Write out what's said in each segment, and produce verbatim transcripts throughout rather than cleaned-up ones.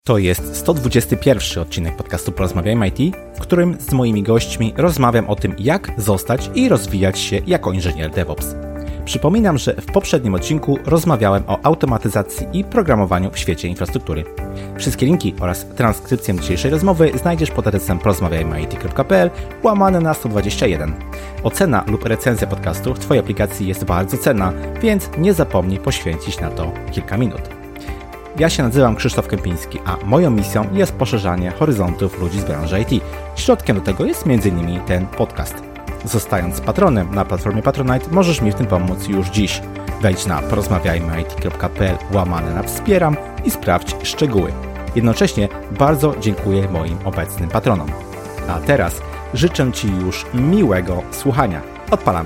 To jest sto dwudziesty pierwszy odcinek podcastu Porozmawiajmy I T, w którym z moimi gośćmi rozmawiam o tym, jak zostać i rozwijać się jako inżynier DevOps. Przypominam, że w poprzednim odcinku rozmawiałem o automatyzacji i programowaniu w świecie infrastruktury. Wszystkie linki oraz transkrypcję dzisiejszej rozmowy znajdziesz pod adresem porozmawiajmy I T kropka p l łamane na sto dwadzieścia jeden. Ocena lub recenzja podcastu w Twojej aplikacji jest bardzo cenna, więc nie zapomnij poświęcić na to kilka minut. Ja się nazywam Krzysztof Kępiński, a moją misją jest poszerzanie horyzontów ludzi z branży I T. Środkiem do tego jest między innymi ten podcast. Zostając patronem na platformie Patronite, możesz mi w tym pomóc już dziś. Wejdź na porozmawiajmy I T kropka p l łamane na wspieram i sprawdź szczegóły. Jednocześnie bardzo dziękuję moim obecnym patronom. A teraz życzę Ci już miłego słuchania. Odpalamy!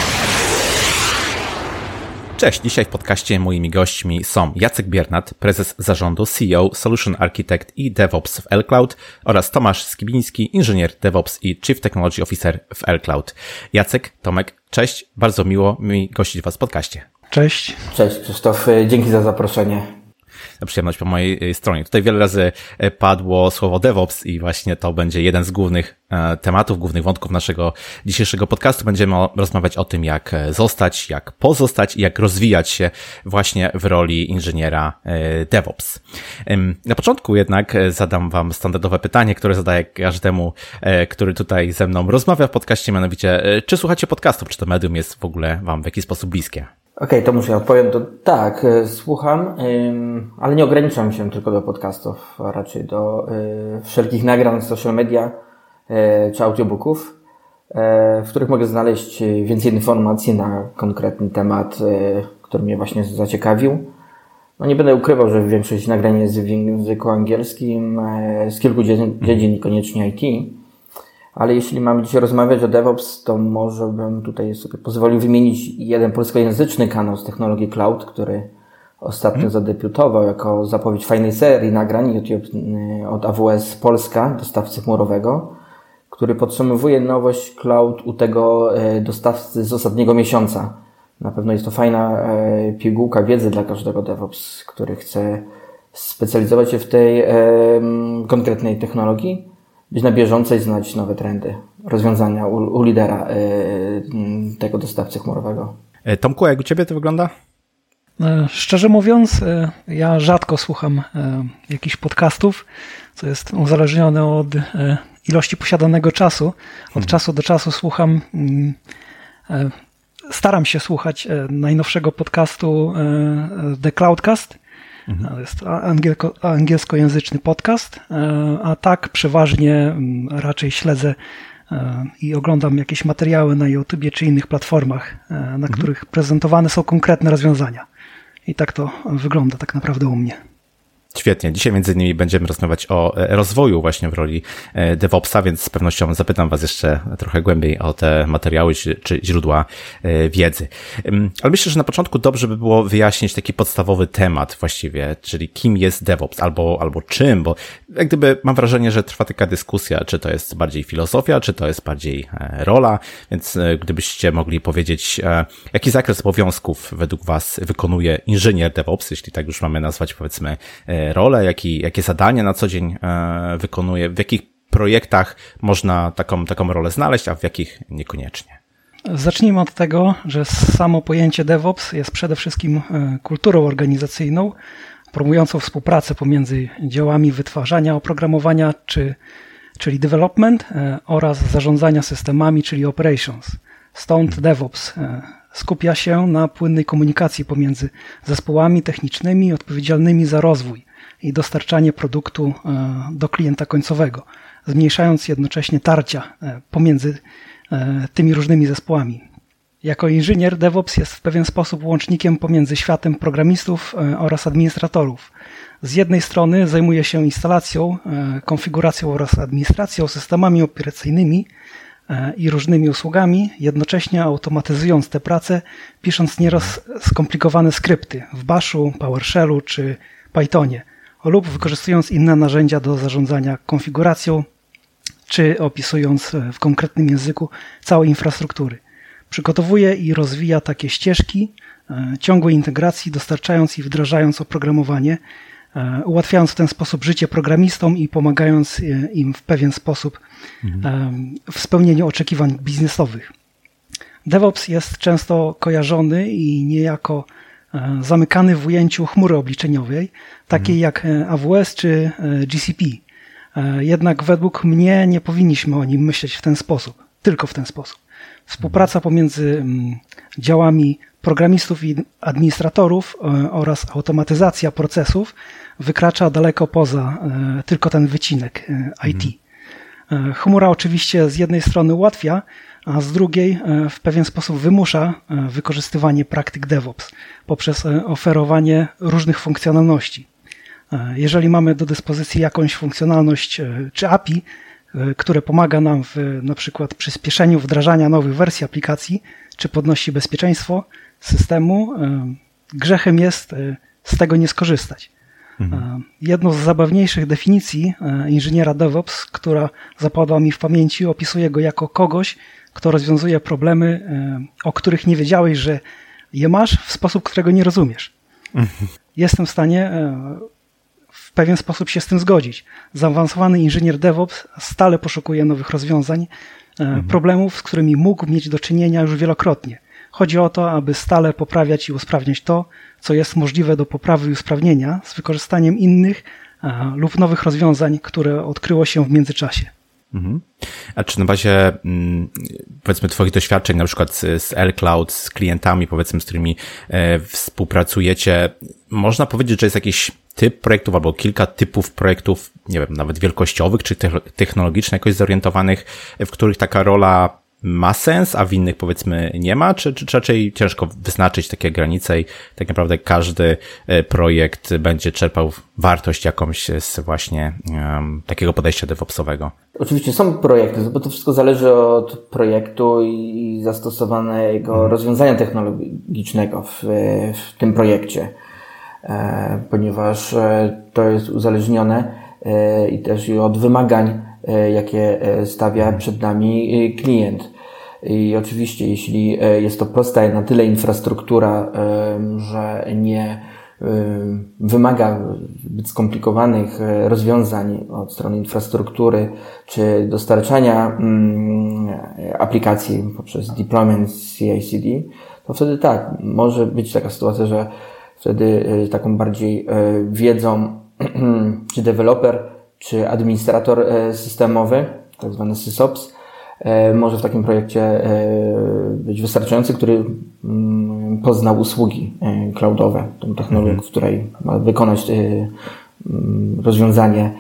Cześć, dzisiaj w podcaście moimi gośćmi są Jacek Biernat, prezes zarządu, C E O, Solution Architect i DevOps w L-Cloud oraz Tomasz Skibiński, inżynier DevOps i Chief Technology Officer w L-Cloud. Jacek, Tomek, cześć, bardzo miło mi gościć Was w podcaście. Cześć. Cześć Krzysztof, dzięki za zaproszenie. Przyjemność po mojej stronie. Tutaj wiele razy padło słowo DevOps i właśnie to będzie jeden z głównych tematów, głównych wątków naszego dzisiejszego podcastu. Będziemy rozmawiać o tym, jak zostać, jak pozostać i jak rozwijać się właśnie w roli inżyniera DevOps. Na początku jednak zadam Wam standardowe pytanie, które zadaję każdemu, który tutaj ze mną rozmawia w podcaście, mianowicie, czy słuchacie podcastów, czy to medium jest w ogóle Wam w jakiś sposób bliskie? Okej, okay, to muszę odpowiem. To tak, słucham, ale nie ograniczam się tylko do podcastów, a raczej do wszelkich nagrań social media czy audiobooków, w których mogę znaleźć więcej informacji na konkretny temat, który mnie właśnie zaciekawił. No nie będę ukrywał, że większość nagrań jest w języku angielskim, z kilku dziedzin, niekoniecznie I T. Ale jeśli mamy dzisiaj rozmawiać o DevOps, to może bym tutaj sobie pozwolił wymienić jeden polskojęzyczny kanał z technologii cloud, który ostatnio hmm. zadebiutował jako zapowiedź fajnej serii nagrań YouTube od A W S Polska, dostawcy chmurowego, który podsumowuje nowość cloud u tego dostawcy z ostatniego miesiąca. Na pewno jest to fajna pigułka wiedzy dla każdego DevOps, który chce specjalizować się w tej konkretnej technologii, być na bieżąco i znać nowe trendy, rozwiązania u, u lidera y, tego dostawcy chmurowego. Tomku, jak u Ciebie to wygląda? Szczerze mówiąc, ja rzadko słucham jakichś podcastów, co jest uzależnione od ilości posiadanego czasu. Od hmm. czasu do czasu słucham, staram się słuchać najnowszego podcastu The Cloudcast. To jest angielko, angielskojęzyczny podcast, a tak przeważnie raczej śledzę i oglądam jakieś materiały na YouTubie czy innych platformach, na mhm. których prezentowane są konkretne rozwiązania. I tak to wygląda tak naprawdę u mnie. Świetnie. Dzisiaj między innymi będziemy rozmawiać o rozwoju właśnie w roli DevOpsa, więc z pewnością zapytam Was jeszcze trochę głębiej o te materiały czy, czy źródła wiedzy. Ale myślę, że na początku dobrze by było wyjaśnić taki podstawowy temat właściwie, czyli kim jest DevOps albo, albo czym, bo jak gdyby mam wrażenie, że trwa taka dyskusja, czy to jest bardziej filozofia, czy to jest bardziej rola, więc gdybyście mogli powiedzieć, jaki zakres obowiązków według Was wykonuje inżynier DevOps, jeśli tak już mamy nazwać, powiedzmy, rolę, jakie, jakie zadania na co dzień e, wykonuje, w jakich projektach można taką, taką rolę znaleźć, a w jakich niekoniecznie. Zacznijmy od tego, że samo pojęcie DevOps jest przede wszystkim kulturą organizacyjną, promującą współpracę pomiędzy działami wytwarzania oprogramowania, czy, czyli development e, oraz zarządzania systemami, czyli operations. Stąd hmm. DevOps e, skupia się na płynnej komunikacji pomiędzy zespołami technicznymi odpowiedzialnymi za rozwój i dostarczanie produktu do klienta końcowego, zmniejszając jednocześnie tarcia pomiędzy tymi różnymi zespołami. Jako inżynier DevOps jest w pewien sposób łącznikiem pomiędzy światem programistów oraz administratorów. Z jednej strony zajmuje się instalacją, konfiguracją oraz administracją systemami operacyjnymi i różnymi usługami, jednocześnie automatyzując te prace, pisząc nieraz skomplikowane skrypty w Bashu, PowerShellu czy Pythonie lub wykorzystując inne narzędzia do zarządzania konfiguracją czy opisując w konkretnym języku całej infrastruktury. Przygotowuje i rozwija takie ścieżki ciągłej integracji, dostarczając i wdrażając oprogramowanie ułatwiając w ten sposób życie programistom i pomagając im w pewien sposób mhm. w spełnieniu oczekiwań biznesowych. DevOps jest często kojarzony i niejako zamykany w ujęciu chmury obliczeniowej, takiej mhm. jak A W S czy G C P. Jednak według mnie nie powinniśmy o nim myśleć w ten sposób, tylko w ten sposób. Współpraca pomiędzy działami programistów i administratorów oraz automatyzacja procesów wykracza daleko poza tylko ten wycinek I T. Chmura oczywiście z jednej strony ułatwia, a z drugiej w pewien sposób wymusza wykorzystywanie praktyk DevOps poprzez oferowanie różnych funkcjonalności. Jeżeli mamy do dyspozycji jakąś funkcjonalność czy A P I, które pomaga nam w na przykład przyspieszeniu wdrażania nowych wersji aplikacji, czy podnosi bezpieczeństwo systemu, grzechem jest z tego nie skorzystać. Mhm. Jedną z zabawniejszych definicji inżyniera DevOps, która zapadła mi w pamięci, opisuje go jako kogoś, kto rozwiązuje problemy, o których nie wiedziałeś, że je masz, w sposób, którego nie rozumiesz. Mhm. Jestem w stanie w pewien sposób się z tym zgodzić. Zaawansowany inżynier DevOps stale poszukuje nowych rozwiązań, mhm. problemów, z którymi mógł mieć do czynienia już wielokrotnie. Chodzi o to, aby stale poprawiać i usprawniać to, co jest możliwe do poprawy i usprawnienia z wykorzystaniem innych a, lub nowych rozwiązań, które odkryło się w międzyczasie. Mhm. A czy na bazie, powiedzmy, twoich doświadczeń, na przykład z, z L-Cloud, z klientami, powiedzmy, z którymi e, współpracujecie, można powiedzieć, że jest jakiś typ projektów albo kilka typów projektów, nie wiem, nawet wielkościowych czy technologicznych, jakoś zorientowanych, w których taka rola ma sens, a w innych, powiedzmy, nie ma? Czy, czy raczej ciężko wyznaczyć takie granice i tak naprawdę każdy projekt będzie czerpał wartość jakąś z właśnie um, takiego podejścia DevOpsowego? Oczywiście są projekty, bo to wszystko zależy od projektu i zastosowanego hmm. rozwiązania technologicznego w, w tym projekcie, e, ponieważ to jest uzależnione e, i też i od wymagań, jakie stawia przed nami klient. I oczywiście, jeśli jest to prosta na tyle infrastruktura, że nie wymaga zbyt skomplikowanych rozwiązań od strony infrastruktury czy dostarczania aplikacji poprzez deployment C I C D, to wtedy tak, może być taka sytuacja, że wtedy taką bardziej wiedzą czy deweloper, czy administrator systemowy, tak zwany SysOps, może w takim projekcie być wystarczający, który poznał usługi cloudowe, tą technologię, mhm. w której ma wykonać rozwiązanie.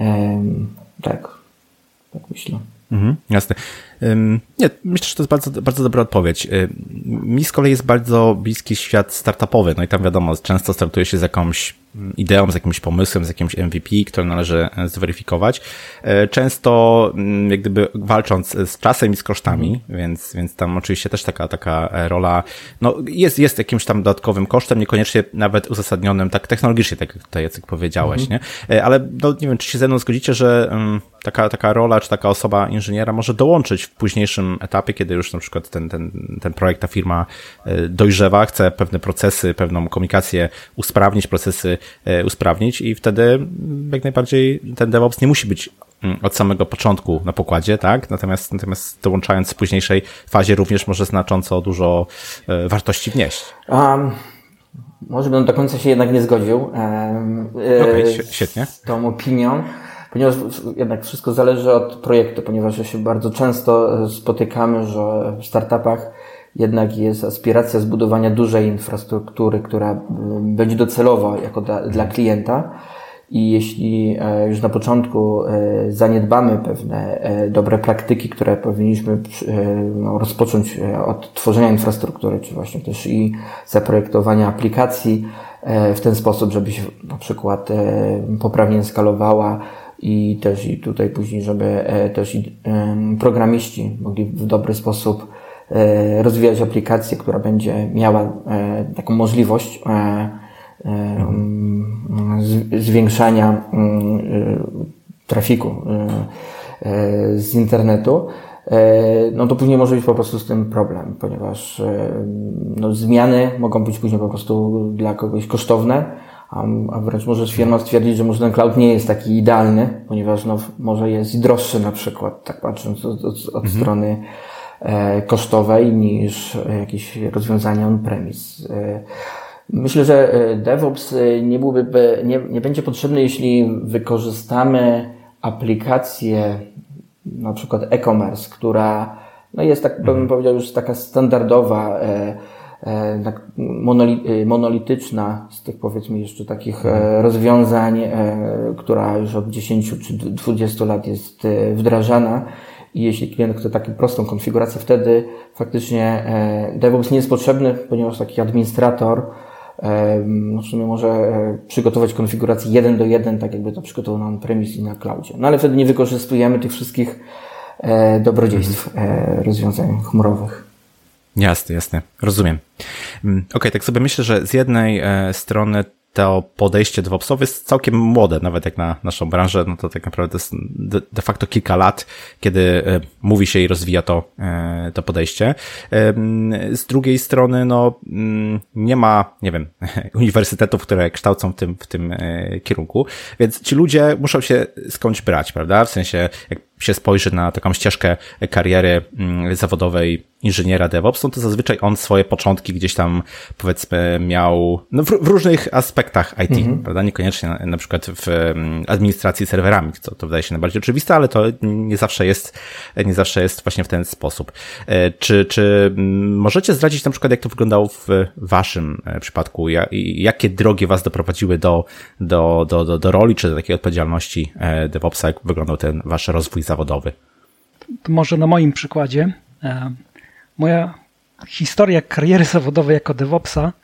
Tak, tak myślę. Mhm, jasne. Nie, myślę, że to jest bardzo, bardzo dobra odpowiedź. Mi z kolei jest bardzo bliski świat startupowy, no i tam wiadomo, często startuje się z jakąś ideą, z jakimś pomysłem, z jakimś M V P, które należy zweryfikować. Często jak gdyby walcząc z czasem i z kosztami, więc, więc tam oczywiście też taka, taka rola, no jest, jest jakimś tam dodatkowym kosztem, niekoniecznie nawet uzasadnionym tak technologicznie, tak jak tutaj Jacek powiedziałeś, mhm. nie? Ale no nie wiem, czy się ze mną zgodzicie, że um, taka, taka rola, czy taka osoba inżyniera może dołączyć w późniejszym etapie, kiedy już na przykład ten, ten, ten projekt, ta firma dojrzewa, chce pewne procesy, pewną komunikację usprawnić, procesy usprawnić i wtedy jak najbardziej ten DevOps nie musi być od samego początku na pokładzie, tak? Natomiast, natomiast dołączając w późniejszej fazie również może znacząco dużo wartości wnieść. Um, może bym do końca się jednak nie zgodził um, okay, świetnie. z tą opinią, ponieważ jednak wszystko zależy od projektu, ponieważ się bardzo często spotykamy, że w startupach jednak jest aspiracja zbudowania dużej infrastruktury, która będzie docelowa jako dla, dla klienta i jeśli już na początku zaniedbamy pewne dobre praktyki, które powinniśmy no, rozpocząć od tworzenia infrastruktury, czy właśnie też i zaprojektowania aplikacji w ten sposób, żeby się na przykład poprawnie skalowała i też i tutaj później, żeby też i programiści mogli w dobry sposób rozwijać aplikację, która będzie miała taką możliwość zwiększania trafiku z internetu, no to później może być po prostu z tym problem, ponieważ no, zmiany mogą być później po prostu dla kogoś kosztowne, a, a wręcz może firma stwierdzić, że może ten cloud nie jest taki idealny, ponieważ no, może jest droższy na przykład, tak patrząc od, od, od mhm. strony e, kosztowej niż jakieś rozwiązania on-premise. E, myślę, że DevOps nie byłby, nie, nie będzie potrzebny, jeśli wykorzystamy aplikację, na przykład e-commerce, która no jest, tak bym powiedział, już taka standardowa, e, e, tak monoli, monolityczna z tych, powiedzmy, jeszcze takich e, rozwiązań, e, która już od dziesięciu czy dwudziestu lat jest e, wdrażana. I jeśli klient chce taką prostą konfigurację, wtedy faktycznie e, DevOps nie jest potrzebny, ponieważ taki administrator no w sumie może przygotować konfigurację jeden do jeden, tak jakby to przygotował na on-premise i na cloudzie. No ale wtedy nie wykorzystujemy tych wszystkich e, dobrodziejstw e, rozwiązań chmurowych. Jasne, jasne. Rozumiem. Okej, okay, tak sobie myślę, że z jednej e, strony to podejście DevOpsowe jest całkiem młode, nawet jak na naszą branżę, no to tak naprawdę jest de, de facto kilka lat, kiedy e, mówi się i rozwija to, e, to podejście. E, z drugiej strony, no, m, nie ma, nie wiem, uniwersytetów, które kształcą w tym, w tym e, kierunku, więc ci ludzie muszą się skądś brać, prawda? W sensie, jak się spojrzy na taką ścieżkę kariery m, zawodowej inżyniera DevOps, no to zazwyczaj on swoje początki gdzieś tam, powiedzmy, miał no, w, w różnych aspektach I T, mm-hmm. prawda? Niekoniecznie na, na przykład w um, administracji serwerami, co to wydaje się najbardziej oczywiste, ale to nie zawsze jest, nie zawsze jest właśnie w ten sposób. E, czy, czy możecie zdradzić na przykład, jak to wyglądało w waszym przypadku? Ja, jakie drogi was doprowadziły do, do, do, do, do roli, czy do takiej odpowiedzialności DevOpsa? Jak wyglądał ten wasz rozwój zawodowy? To może na moim przykładzie. Moja historia kariery zawodowej jako DevOpsa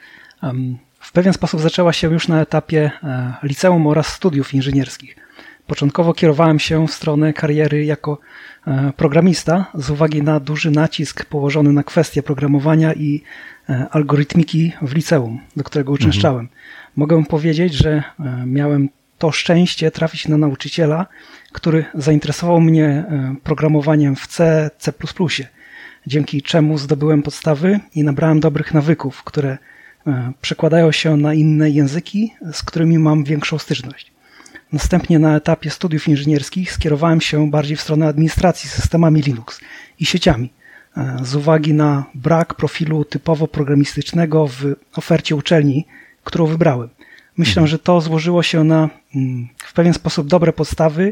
w pewien sposób zaczęła się już na etapie liceum oraz studiów inżynierskich. Początkowo kierowałem się w stronę kariery jako programista z uwagi na duży nacisk położony na kwestie programowania i algorytmiki w liceum, do którego uczęszczałem. Mhm. Mogę powiedzieć, że miałem to szczęście trafić na nauczyciela, który zainteresował mnie programowaniem w C, C plus plus, dzięki czemu zdobyłem podstawy i nabrałem dobrych nawyków, które przekładają się na inne języki, z którymi mam większą styczność. Następnie na etapie studiów inżynierskich skierowałem się bardziej w stronę administracji systemami Linux i sieciami, z uwagi na brak profilu typowo programistycznego w ofercie uczelni, którą wybrałem. Myślę, że to złożyło się na w pewien sposób dobre podstawy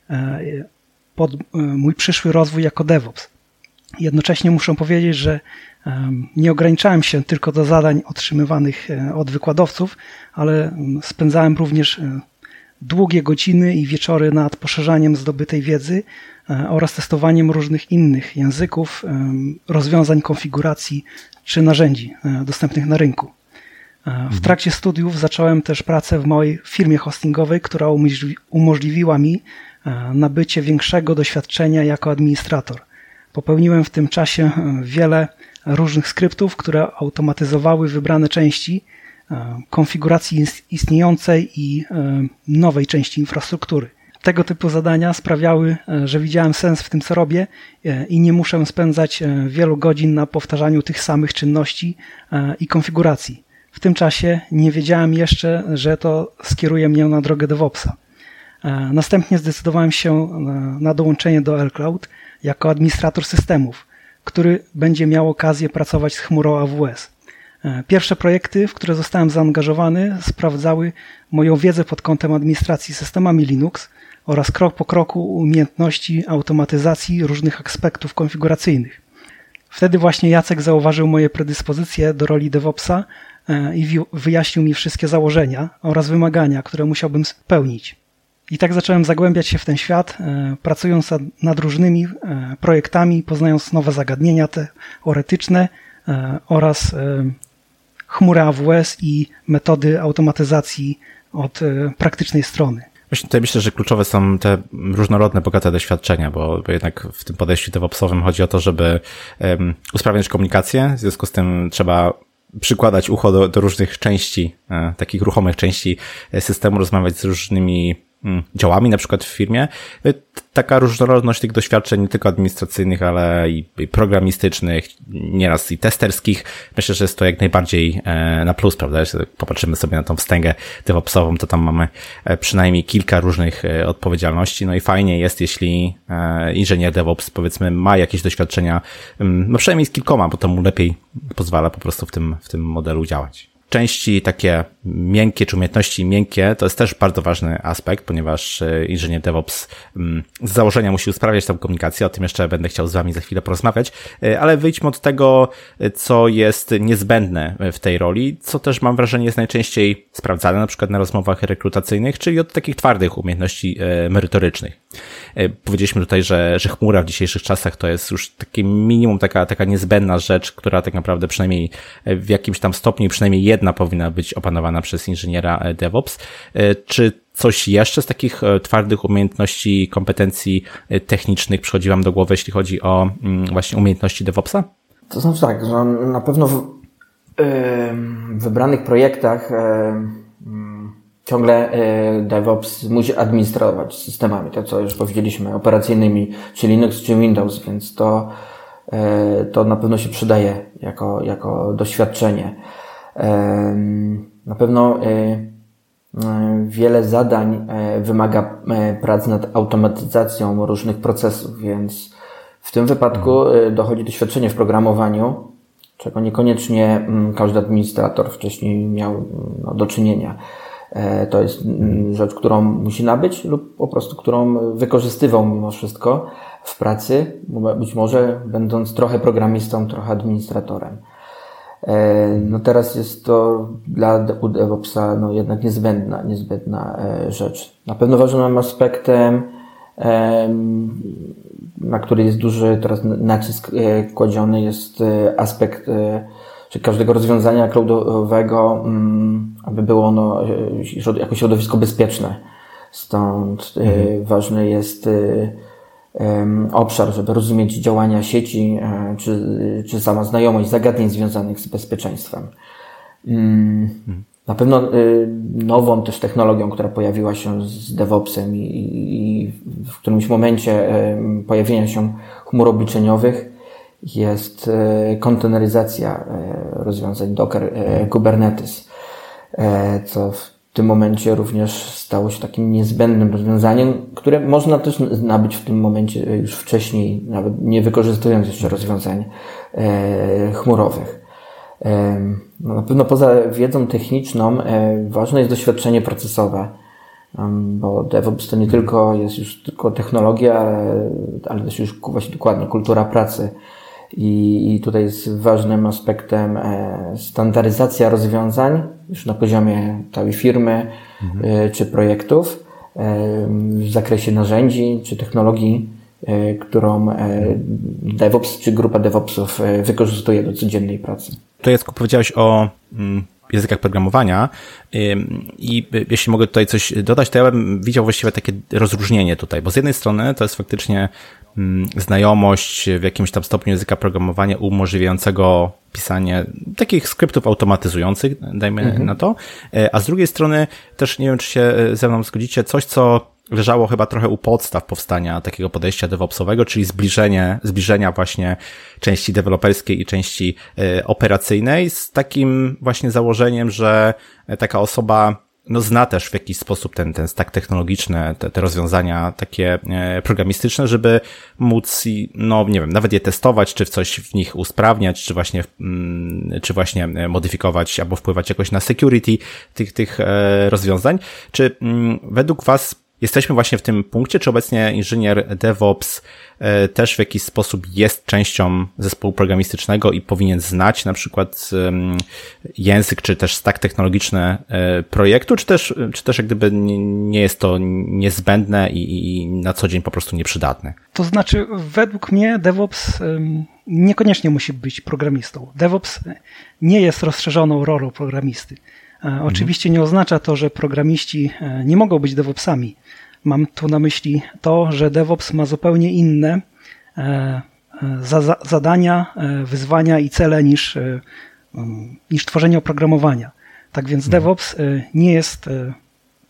pod mój przyszły rozwój jako DevOps. Jednocześnie muszę powiedzieć, że nie ograniczałem się tylko do zadań otrzymywanych od wykładowców, ale spędzałem również długie godziny i wieczory nad poszerzaniem zdobytej wiedzy oraz testowaniem różnych innych języków, rozwiązań konfiguracji czy narzędzi dostępnych na rynku. W trakcie studiów zacząłem też pracę w małej firmie hostingowej, która umożliwiła mi nabycie większego doświadczenia jako administrator. Popełniłem w tym czasie wiele różnych skryptów, które automatyzowały wybrane części konfiguracji istniejącej i nowej części infrastruktury. Tego typu zadania sprawiały, że widziałem sens w tym, co robię i nie muszę spędzać wielu godzin na powtarzaniu tych samych czynności i konfiguracji. W tym czasie nie wiedziałem jeszcze, że to skieruje mnie na drogę DevOpsa. Następnie zdecydowałem się na dołączenie do L-Cloud jako administrator systemów, który będzie miał okazję pracować z chmurą A W S. Pierwsze projekty, w które zostałem zaangażowany, sprawdzały moją wiedzę pod kątem administracji systemami Linux oraz krok po kroku umiejętności automatyzacji różnych aspektów konfiguracyjnych. Wtedy właśnie Jacek zauważył moje predyspozycje do roli DevOpsa i wyjaśnił mi wszystkie założenia oraz wymagania, które musiałbym spełnić. I tak zacząłem zagłębiać się w ten świat, pracując nad różnymi projektami, poznając nowe zagadnienia teoretyczne oraz chmurę A W S i metody automatyzacji od praktycznej strony. Właśnie tutaj myślę, że kluczowe są te różnorodne, bogate doświadczenia, bo, bo jednak w tym podejściu DevOpsowym chodzi o to, żeby um, usprawniać komunikację, w związku z tym trzeba przykładać ucho do, do różnych części, e, takich ruchomych części systemu, rozmawiać z różnymi działami na przykład w firmie. Taka różnorodność tych doświadczeń, nie tylko administracyjnych, ale i programistycznych, nieraz i testerskich. Myślę, że jest to jak najbardziej na plus, prawda? Jeśli popatrzymy sobie na tą wstęgę DevOpsową, to tam mamy przynajmniej kilka różnych odpowiedzialności. No i fajnie jest, jeśli inżynier DevOps, powiedzmy, ma jakieś doświadczenia, no przynajmniej z kilkoma, bo to mu lepiej pozwala po prostu w tym, w tym modelu działać. Części takie miękkie, czy umiejętności miękkie, to jest też bardzo ważny aspekt, ponieważ inżynier DevOps z założenia musi usprawniać tę komunikację, o tym jeszcze będę chciał z wami za chwilę porozmawiać, ale wyjdźmy od tego, co jest niezbędne w tej roli, co też mam wrażenie jest najczęściej sprawdzane, na przykład na rozmowach rekrutacyjnych, czyli od takich twardych umiejętności merytorycznych. Powiedzieliśmy tutaj, że, że chmura w dzisiejszych czasach to jest już takie minimum, taka, taka niezbędna rzecz, która tak naprawdę przynajmniej w jakimś tam stopniu, przynajmniej jedna powinna być opanowana przez inżyniera DevOps. Czy coś jeszcze z takich twardych umiejętności, kompetencji technicznych przychodzi wam do głowy, jeśli chodzi o właśnie umiejętności DevOpsa? To znaczy tak, że na pewno w yy, wybranych projektach yy, ciągle DevOps musi administrować systemami, to co już powiedzieliśmy, operacyjnymi, czy Linux, czy Windows, więc to, to na pewno się przydaje jako, jako doświadczenie. Na pewno wiele zadań wymaga prac nad automatyzacją różnych procesów, więc w tym wypadku dochodzi doświadczenie w programowaniu, czego niekoniecznie każdy administrator wcześniej miał no, do czynienia. To jest rzecz, którą musi nabyć lub po prostu którą wykorzystywał mimo wszystko w pracy, być może będąc trochę programistą, trochę administratorem. No teraz jest to dla DevOpsa no jednak niezbędna, niezbędna rzecz. Na pewno ważnym aspektem, na który jest duży teraz nacisk kładziony, jest aspekt czy każdego rozwiązania cloudowego, aby było ono jako środowisko bezpieczne. Stąd mhm. ważny jest obszar, żeby rozumieć działania sieci, czy, czy sama znajomość zagadnień związanych z bezpieczeństwem. Na pewno nową też technologią, która pojawiła się z DevOpsem i, i w którymś momencie pojawienia się chmur obliczeniowych jest konteneryzacja rozwiązań Docker, Kubernetes, co w tym momencie również stało się takim niezbędnym rozwiązaniem, które można też nabyć w tym momencie już wcześniej, nawet nie wykorzystując jeszcze rozwiązań chmurowych. No na pewno poza wiedzą techniczną ważne jest doświadczenie procesowe, bo DevOps to nie tylko jest już tylko technologia, ale też już właśnie dokładnie kultura pracy. I, I tutaj jest ważnym aspektem standaryzacja rozwiązań już na poziomie całej firmy mhm. czy projektów w zakresie narzędzi czy technologii, którą DevOps czy grupa DevOpsów wykorzystuje do codziennej pracy. To Jacku, powiedziałeś o językach programowania i jeśli mogę tutaj coś dodać, to ja bym widział właściwie takie rozróżnienie tutaj, bo z jednej strony to jest faktycznie znajomość w jakimś tam stopniu języka programowania umożliwiającego pisanie takich skryptów automatyzujących, dajmy mhm. na to, a z drugiej strony też nie wiem, czy się ze mną zgodzicie, coś, co leżało chyba trochę u podstaw powstania takiego podejścia DevOpsowego, czyli zbliżenie, zbliżenia właśnie części deweloperskiej i części y, operacyjnej z takim właśnie założeniem, że taka osoba no zna też w jakiś sposób ten, ten stack technologiczny, te, te rozwiązania takie e, programistyczne, żeby móc, no nie wiem, nawet je testować, czy w coś w nich usprawniać, czy właśnie, mm, czy właśnie modyfikować albo wpływać jakoś na security tych, tych e, rozwiązań. Czy mm, według was jesteśmy właśnie w tym punkcie, czy obecnie inżynier DevOps e, też w jakiś sposób jest częścią zespołu programistycznego i powinien znać na przykład e, język, czy też stack technologiczny e, projektu, czy też, czy też jak gdyby nie, nie jest to niezbędne i, i na co dzień po prostu nieprzydatne? To znaczy, według mnie DevOps e, niekoniecznie musi być programistą. DevOps nie jest rozszerzoną rolą programisty. E, oczywiście nie oznacza to, że programiści e, nie mogą być DevOpsami. Mam tu na myśli to, że DevOps ma zupełnie inne e, za, za, zadania, e, wyzwania i cele niż, e, niż tworzenie oprogramowania. Tak więc DevOps e, nie jest e, pro,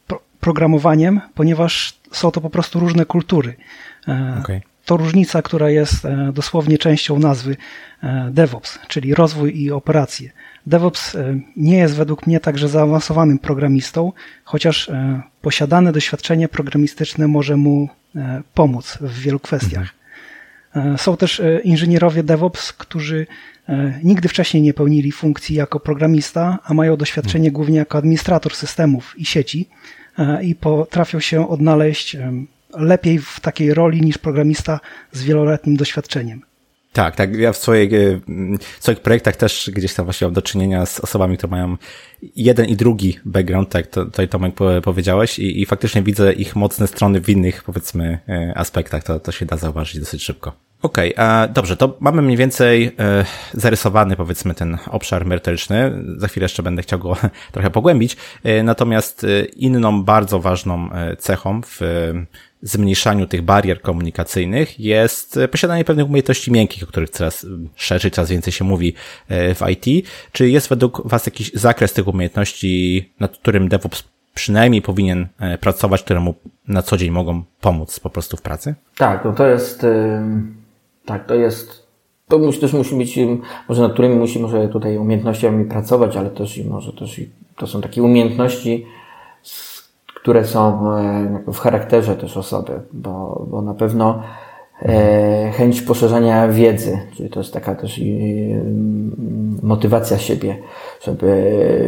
programowaniem, ponieważ są to po prostu różne kultury. Okay. To różnica, która jest dosłownie częścią nazwy DevOps, czyli rozwój i operacje. DevOps nie jest według mnie także zaawansowanym programistą, chociaż posiadane doświadczenie programistyczne może mu pomóc w wielu kwestiach. Mhm. Są też inżynierowie DevOps, którzy nigdy wcześniej nie pełnili funkcji jako programista, a mają doświadczenie mhm. głównie jako administrator systemów i sieci i potrafią się odnaleźć lepiej w takiej roli niż programista z wieloletnim doświadczeniem. Tak, tak. Ja w, swojej, w swoich projektach też gdzieś tam właśnie mam do czynienia z osobami, które mają jeden i drugi background, tak to, tutaj Tomek powiedziałeś i, i faktycznie widzę ich mocne strony w innych, powiedzmy, aspektach. To, to się da zauważyć dosyć szybko. Okej, okay, dobrze, to mamy mniej więcej e, zarysowany, powiedzmy, ten obszar merytoryczny. Za chwilę jeszcze będę chciał go trochę pogłębić. E, natomiast e, inną bardzo ważną cechą w e, zmniejszaniu tych barier komunikacyjnych jest posiadanie pewnych umiejętności miękkich, o których coraz szerzej, coraz więcej się mówi w I T. Czy jest według Was jakiś zakres tych umiejętności, nad którym DevOps przynajmniej powinien pracować, które mu na co dzień mogą pomóc po prostu w pracy? Tak, no to jest, tak, to jest, to musi, też musi być, może nad którymi musi może tutaj umiejętnościami pracować, ale też i może też i to są takie umiejętności, które są w charakterze też osoby, bo, bo na pewno e, chęć poszerzania wiedzy, czyli to jest taka też i, motywacja siebie, żeby,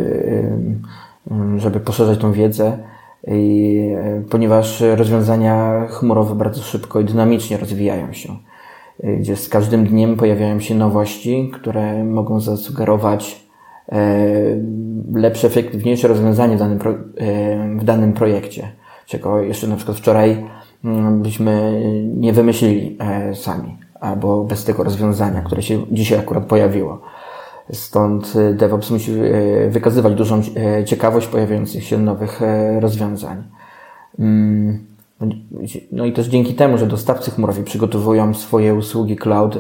żeby poszerzać tą wiedzę, i, ponieważ rozwiązania chmurowe bardzo szybko i dynamicznie rozwijają się, gdzie z każdym dniem pojawiają się nowości, które mogą zasugerować lepsze, efektywniejsze rozwiązanie w danym, pro, w danym projekcie, czego jeszcze na przykład wczoraj byśmy nie wymyślili sami, albo bez tego rozwiązania, które się dzisiaj akurat pojawiło. Stąd DevOps musi wykazywać dużą ciekawość pojawiających się nowych rozwiązań. No i też dzięki temu, że dostawcy chmurowi przygotowują swoje usługi cloud,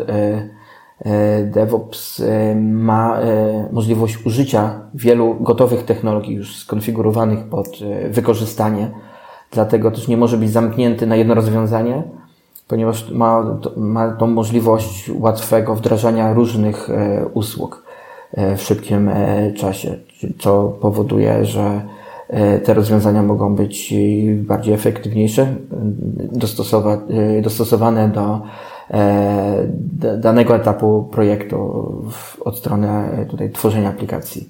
DevOps ma możliwość użycia wielu gotowych technologii już skonfigurowanych pod wykorzystanie, dlatego też nie może być zamknięty na jedno rozwiązanie, ponieważ ma, ma tą możliwość łatwego wdrażania różnych usług w szybkim czasie, co powoduje, że te rozwiązania mogą być bardziej efektywniejsze, dostosowane do danego etapu projektu od strony tutaj tworzenia aplikacji.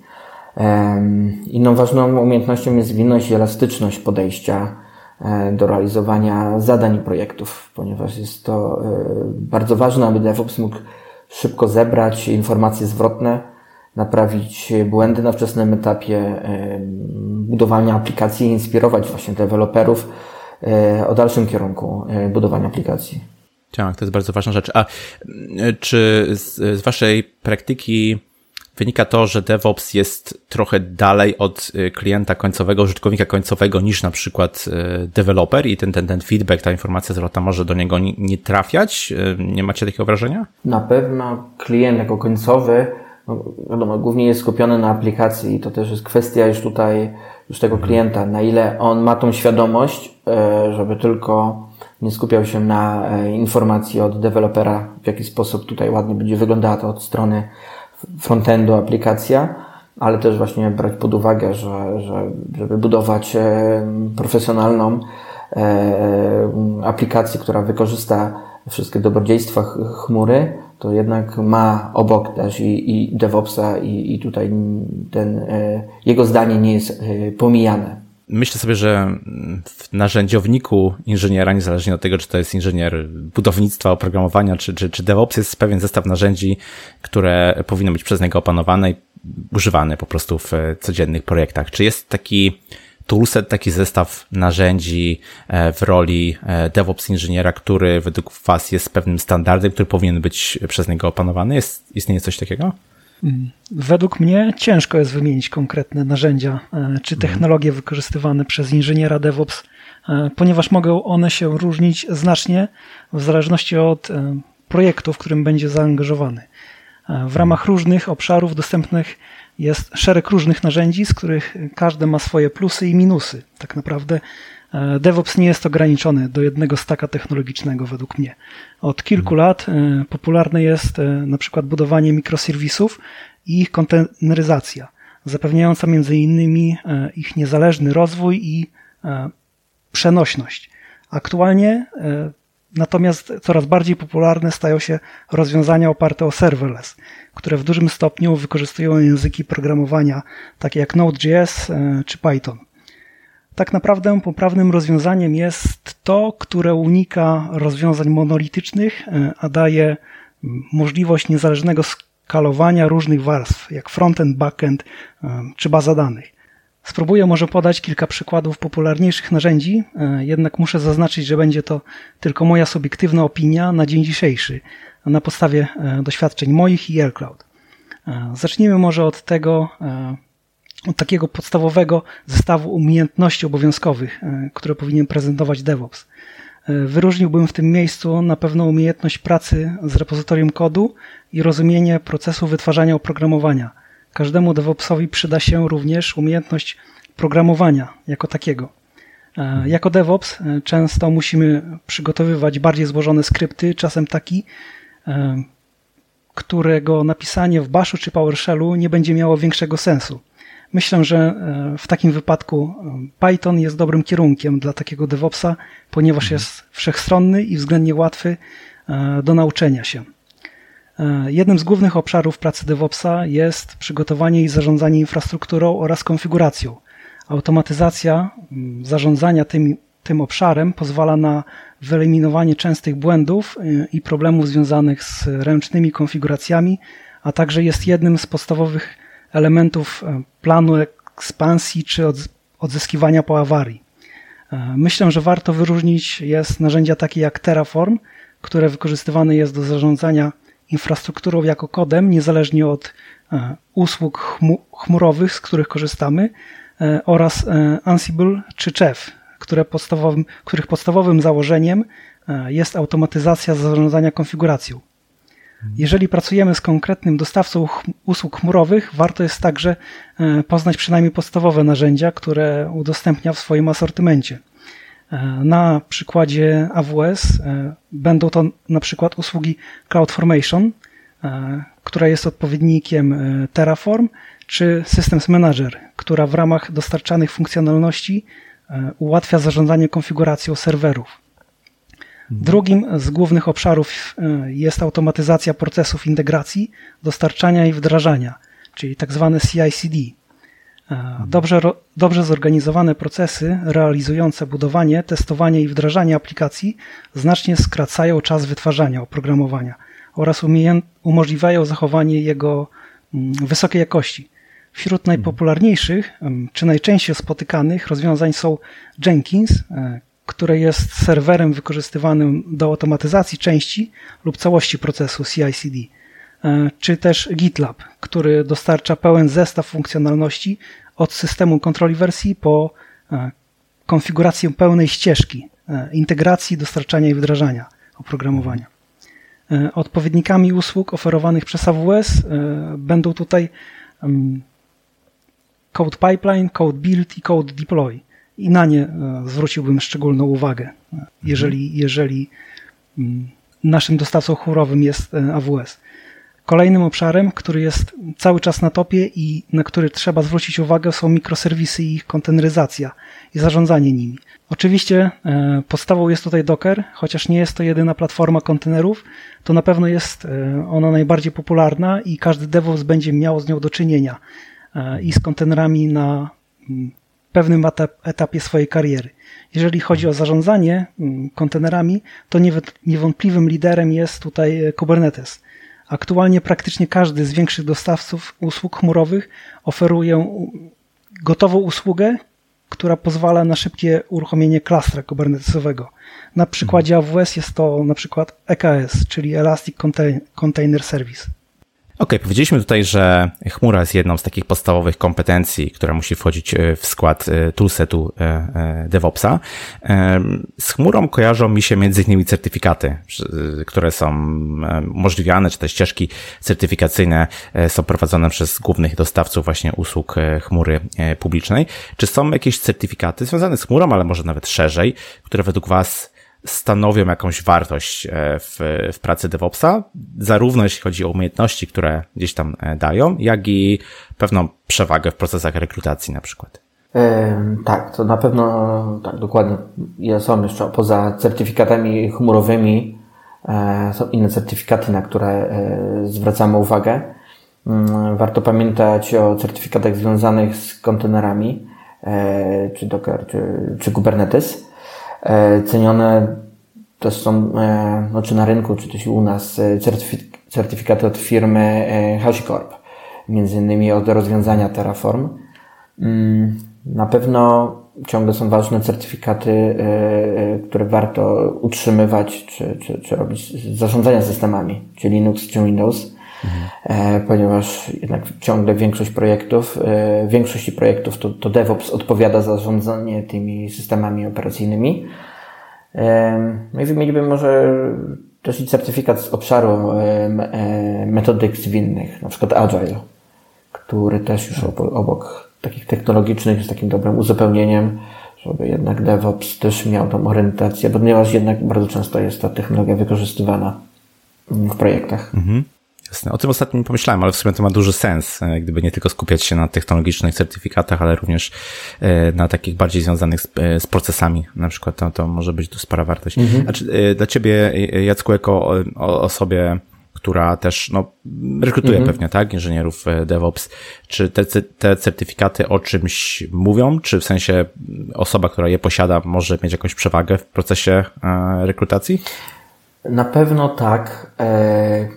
Inną ważną umiejętnością jest zwinność i elastyczność podejścia do realizowania zadań i projektów, ponieważ jest to bardzo ważne, aby DevOps mógł szybko zebrać informacje zwrotne, naprawić błędy na wczesnym etapie budowania aplikacji i inspirować właśnie deweloperów o dalszym kierunku budowania aplikacji. Tak, to jest bardzo ważna rzecz. A czy z, z Waszej praktyki wynika to, że DevOps jest trochę dalej od klienta końcowego, użytkownika końcowego niż na przykład deweloper i ten, ten, ten feedback, ta informacja zwrotna może do niego nie, nie trafiać? Nie macie takiego wrażenia? Na pewno klient jako końcowy, no wiadomo, głównie jest skupiony na aplikacji i to też jest kwestia już tutaj, już tego klienta, na ile on ma tą świadomość, żeby tylko nie skupiał się na informacji od dewelopera, w jaki sposób tutaj ładnie będzie wyglądała to od strony frontendu aplikacja, ale też właśnie brać pod uwagę, że, że żeby budować profesjonalną aplikację, która wykorzysta wszystkie dobrodziejstwa chmury, to jednak ma obok też i, i DevOpsa i, i tutaj ten, jego zdanie nie jest pomijane. Myślę sobie, że w narzędziowniku inżyniera, niezależnie od tego, czy to jest inżynier budownictwa, oprogramowania, czy, czy, czy DevOps, jest pewien zestaw narzędzi, które powinny być przez niego opanowane i używane po prostu w codziennych projektach. Czy jest taki toolset, taki zestaw narzędzi w roli DevOps inżyniera, który według Was jest pewnym standardem, który powinien być przez niego opanowany? Jest, istnieje coś takiego? Według mnie ciężko jest wymienić konkretne narzędzia czy technologie wykorzystywane przez inżyniera DevOps, ponieważ mogą one się różnić znacznie w zależności od projektu, w którym będzie zaangażowany. W ramach różnych obszarów dostępnych jest szereg różnych narzędzi, z których każde ma swoje plusy i minusy. Tak naprawdę DevOps nie jest ograniczony do jednego stacka technologicznego według mnie. Od kilku lat popularne jest na przykład budowanie mikroserwisów i ich konteneryzacja, zapewniająca między innymi ich niezależny rozwój i przenośność. Aktualnie natomiast coraz bardziej popularne stają się rozwiązania oparte o serverless, które w dużym stopniu wykorzystują języki programowania takie jak Node.js czy Python. Tak naprawdę poprawnym rozwiązaniem jest to, które unika rozwiązań monolitycznych, a daje możliwość niezależnego skalowania różnych warstw, jak frontend, backend czy baza danych. Spróbuję może podać kilka przykładów popularniejszych narzędzi, jednak muszę zaznaczyć, że będzie to tylko moja subiektywna opinia na dzień dzisiejszy, na podstawie doświadczeń moich i AirCloud. Zacznijmy może od tego, od takiego podstawowego zestawu umiejętności obowiązkowych, które powinien prezentować DevOps. Wyróżniłbym w tym miejscu na pewno umiejętność pracy z repozytorium kodu i rozumienie procesu wytwarzania oprogramowania. Każdemu DevOpsowi przyda się również umiejętność programowania jako takiego. Jako DevOps często musimy przygotowywać bardziej złożone skrypty, czasem taki, którego napisanie w Bashu czy PowerShellu nie będzie miało większego sensu. Myślę, że w takim wypadku Python jest dobrym kierunkiem dla takiego DevOpsa, ponieważ jest wszechstronny i względnie łatwy do nauczenia się. Jednym z głównych obszarów pracy DevOpsa jest przygotowanie i zarządzanie infrastrukturą oraz konfiguracją. Automatyzacja zarządzania tym, tym obszarem pozwala na wyeliminowanie częstych błędów i problemów związanych z ręcznymi konfiguracjami, a także jest jednym z podstawowych elementów planu ekspansji czy odzyskiwania po awarii. Myślę, że warto wyróżnić jest narzędzia takie jak Terraform, które wykorzystywane jest do zarządzania infrastrukturą jako kodem, niezależnie od usług chmurowych, z których korzystamy, oraz Ansible czy Chef, które podstawowym, których podstawowym założeniem jest automatyzacja zarządzania konfiguracją. Jeżeli pracujemy z konkretnym dostawcą usług chmurowych, warto jest także poznać przynajmniej podstawowe narzędzia, które udostępnia w swoim asortymencie. Na przykładzie A W S będą to na przykład usługi CloudFormation, która jest odpowiednikiem Terraform, czy Systems Manager, która w ramach dostarczanych funkcjonalności ułatwia zarządzanie konfiguracją serwerów. Drugim z głównych obszarów jest automatyzacja procesów integracji, dostarczania i wdrażania, czyli tak zwane C I C D. Dobrze, dobrze zorganizowane procesy realizujące budowanie, testowanie i wdrażanie aplikacji znacznie skracają czas wytwarzania oprogramowania oraz umożliwiają zachowanie jego wysokiej jakości. Wśród najpopularniejszych czy najczęściej spotykanych rozwiązań są Jenkins, które jest serwerem wykorzystywanym do automatyzacji części lub całości procesu C I C D, czy też GitLab, który dostarcza pełen zestaw funkcjonalności od systemu kontroli wersji po konfigurację pełnej ścieżki, integracji, dostarczania i wdrażania oprogramowania. Odpowiednikami usług oferowanych przez A W S będą tutaj Code Pipeline, Code Build i Code Deploy. I na nie zwróciłbym szczególną uwagę, jeżeli, jeżeli naszym dostawcą chmurowym jest A W S. Kolejnym obszarem, który jest cały czas na topie i na który trzeba zwrócić uwagę, są mikroserwisy i ich konteneryzacja i zarządzanie nimi. Oczywiście podstawą jest tutaj Docker, chociaż nie jest to jedyna platforma kontenerów, to na pewno jest ona najbardziej popularna i każdy DevOps będzie miał z nią do czynienia i z kontenerami na pewnym etapie swojej kariery. Jeżeli chodzi o zarządzanie kontenerami, to niewątpliwym liderem jest tutaj Kubernetes. Aktualnie praktycznie każdy z większych dostawców usług chmurowych oferuje gotową usługę, która pozwala na szybkie uruchomienie klastra kubernetesowego. Na przykładzie A W S jest to na przykład E K S, czyli Elastic Container Service. Okej, powiedzieliśmy tutaj, że chmura jest jedną z takich podstawowych kompetencji, która musi wchodzić w skład toolsetu DevOpsa. Z chmurą kojarzą mi się między innymi certyfikaty, które są umożliwiane, czy te ścieżki certyfikacyjne są prowadzone przez głównych dostawców właśnie usług chmury publicznej. Czy są jakieś certyfikaty związane z chmurą, ale może nawet szerzej, które według Was stanowią jakąś wartość w, w pracy DevOpsa, zarówno jeśli chodzi o umiejętności, które gdzieś tam dają, jak i pewną przewagę w procesach rekrutacji na przykład? E, tak, to na pewno, tak, dokładnie. Są jeszcze poza certyfikatami chmurowymi, e, są inne certyfikaty, na które e, zwracamy uwagę. E, warto pamiętać o certyfikatach związanych z kontenerami, e, czy Docker, czy, czy Kubernetes. Cenione też są, no, czy na rynku, czy też i u nas, certyfikaty od firmy HashiCorp, między innymi od rozwiązania Terraform. Na pewno ciągle są ważne certyfikaty, które warto utrzymywać, czy, czy, czy robić zarządzania systemami, czy Linux, czy Windows. Mhm. Ponieważ jednak ciągle większość projektów, w większości projektów to, to DevOps odpowiada za zarządzanie tymi systemami operacyjnymi. No i wymienilibym może też i certyfikat z obszaru metodyk zwinnych, na przykład Agile, który też już obok, obok takich technologicznych jest takim dobrym uzupełnieniem, żeby jednak DevOps też miał tą orientację, ponieważ jednak bardzo często jest ta technologia wykorzystywana w projektach. Mhm. Jasne. O tym ostatnio pomyślałem, ale w sumie to ma duży sens, gdyby nie tylko skupiać się na technologicznych certyfikatach, ale również na takich bardziej związanych z, z procesami. Na przykład to, to może być tu spora wartość. Mhm. A czy dla Ciebie, Jacku, jako osobie, która też no, rekrutuje mhm. pewnie, tak, inżynierów DevOps, czy te, te certyfikaty o czymś mówią? Czy w sensie osoba, która je posiada, może mieć jakąś przewagę w procesie rekrutacji? Na pewno tak. E-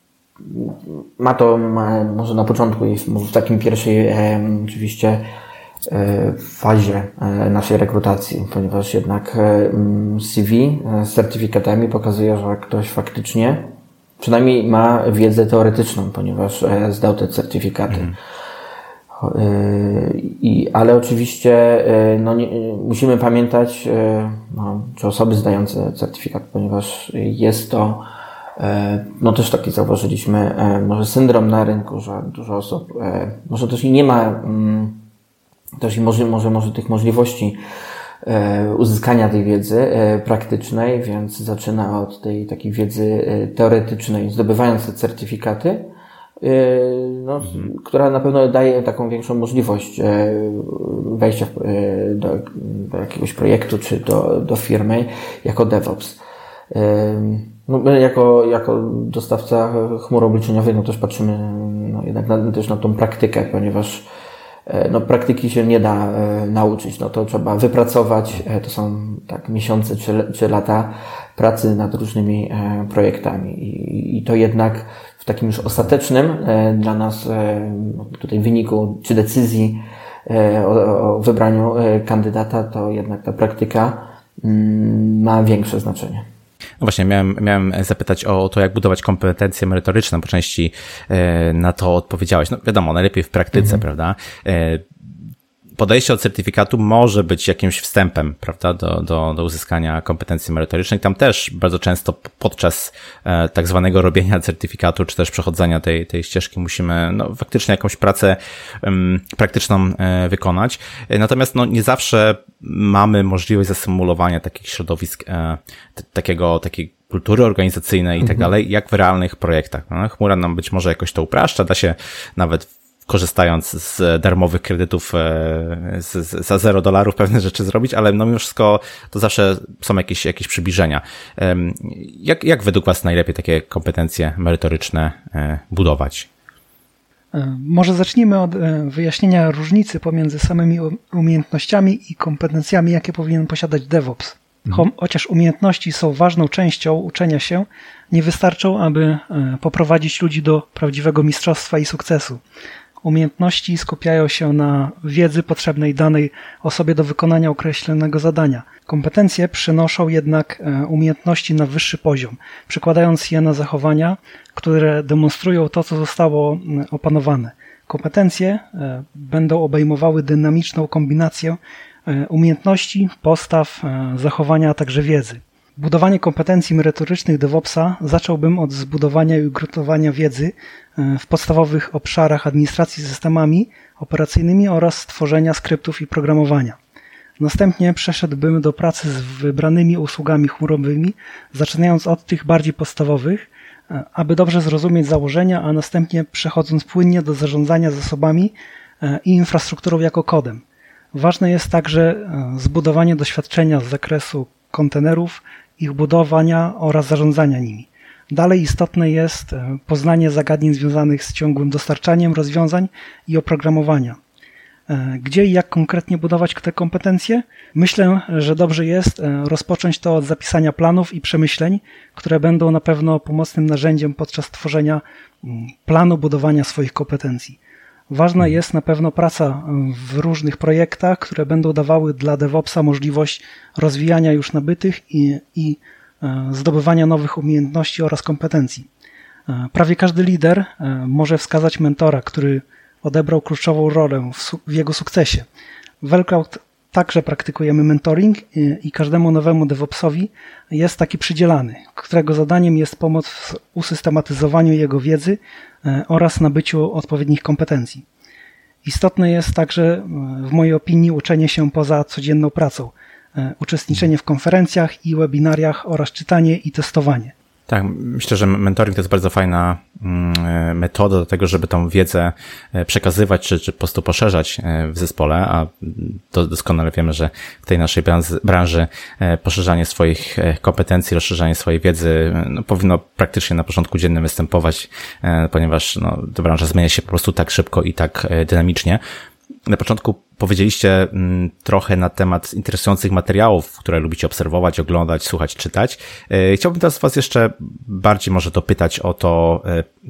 Ma to, ma, może na początku jest w takim pierwszej e, oczywiście e, fazie e, naszej rekrutacji, ponieważ jednak e, C V e, z certyfikatami pokazuje, że ktoś faktycznie przynajmniej ma wiedzę teoretyczną, ponieważ e, zdał te certyfikaty. Mm. E, i, ale oczywiście e, no, nie, musimy pamiętać, e, no, czy osoby zdające certyfikat, ponieważ jest to no też taki zauważyliśmy, może syndrom na rynku, że dużo osób, może też i nie ma też i może, może, może tych możliwości uzyskania tej wiedzy praktycznej, więc zaczyna od tej takiej wiedzy teoretycznej, zdobywając te certyfikaty, no, mhm. która na pewno daje taką większą możliwość wejścia do, do jakiegoś projektu czy do, do firmy jako DevOps. No, my jako, jako dostawca chmury obliczeniowej no też patrzymy no, jednak na, też na tą praktykę, ponieważ no, praktyki się nie da e, nauczyć. No, to trzeba wypracować. E, to są tak miesiące czy, czy lata pracy nad różnymi e, projektami. I, I to jednak w takim już ostatecznym e, dla nas e, tutaj wyniku czy decyzji e, o, o wybraniu e, kandydata, to jednak ta praktyka mm, ma większe znaczenie. No właśnie, miałem, miałem zapytać o to, jak budować kompetencje merytoryczne, po części na to odpowiedziałeś. No wiadomo, najlepiej w praktyce, mhm. prawda? Podejście od certyfikatu może być jakimś wstępem, prawda, do, do, do uzyskania kompetencji merytorycznych. Tam też bardzo często podczas e, tak zwanego robienia certyfikatu, czy też przechodzenia tej, tej ścieżki musimy, no, faktycznie jakąś pracę um, praktyczną e, wykonać. E, natomiast, no, nie zawsze mamy możliwość zasymulowania takich środowisk, e, t- takiego, takiej kultury organizacyjnej i tak dalej, jak w realnych projektach. No, chmura nam być może jakoś to upraszcza, da się nawet korzystając z darmowych kredytów z, z, za zero dolarów pewne rzeczy zrobić, ale no mimo wszystko to zawsze są jakieś, jakieś przybliżenia. Jak, jak według Was najlepiej takie kompetencje merytoryczne budować? Może zacznijmy od wyjaśnienia różnicy pomiędzy samymi umiejętnościami i kompetencjami, jakie powinien posiadać DevOps. Mhm. Chociaż umiejętności są ważną częścią uczenia się, nie wystarczą, aby poprowadzić ludzi do prawdziwego mistrzostwa i sukcesu. Umiejętności skupiają się na wiedzy potrzebnej danej osobie do wykonania określonego zadania. Kompetencje przenoszą jednak umiejętności na wyższy poziom, przekładając je na zachowania, które demonstrują to, co zostało opanowane. Kompetencje będą obejmowały dynamiczną kombinację umiejętności, postaw, zachowania, a także wiedzy. Budowanie kompetencji merytorycznych DevOpsa zacząłbym od zbudowania i ugruntowania wiedzy w podstawowych obszarach administracji systemami operacyjnymi oraz tworzenia skryptów i programowania. Następnie przeszedłbym do pracy z wybranymi usługami chmurowymi, zaczynając od tych bardziej podstawowych, aby dobrze zrozumieć założenia, a następnie przechodząc płynnie do zarządzania zasobami i infrastrukturą jako kodem. Ważne jest także zbudowanie doświadczenia z zakresu kontenerów, ich budowania oraz zarządzania nimi. Dalej istotne jest poznanie zagadnień związanych z ciągłym dostarczaniem rozwiązań i oprogramowania. Gdzie i jak konkretnie budować te kompetencje? Myślę, że dobrze jest rozpocząć to od zapisania planów i przemyśleń, które będą na pewno pomocnym narzędziem podczas tworzenia planu budowania swoich kompetencji. Ważna jest na pewno praca w różnych projektach, które będą dawały dla DevOpsa możliwość rozwijania już nabytych i, i zdobywania nowych umiejętności oraz kompetencji. Prawie każdy lider może wskazać mentora, który odebrał kluczową rolę w, w jego sukcesie. W Velcloud także praktykujemy mentoring i, i każdemu nowemu DevOpsowi jest taki przydzielany, którego zadaniem jest pomoc w usystematyzowaniu jego wiedzy oraz nabyciu odpowiednich kompetencji. Istotne jest także, w mojej opinii, uczenie się poza codzienną pracą, uczestniczenie w konferencjach i webinariach oraz czytanie i testowanie. Tak, myślę, że mentoring to jest bardzo fajna metoda do tego, żeby tą wiedzę przekazywać, czy, czy po prostu poszerzać w zespole, a to doskonale wiemy, że w tej naszej branży poszerzanie swoich kompetencji, rozszerzanie swojej wiedzy no, powinno praktycznie na porządku dziennym występować, ponieważ no, ta branża zmienia się po prostu tak szybko i tak dynamicznie. Na początku powiedzieliście trochę na temat interesujących materiałów, które lubicie obserwować, oglądać, słuchać, czytać. Chciałbym teraz was jeszcze bardziej może dopytać o to,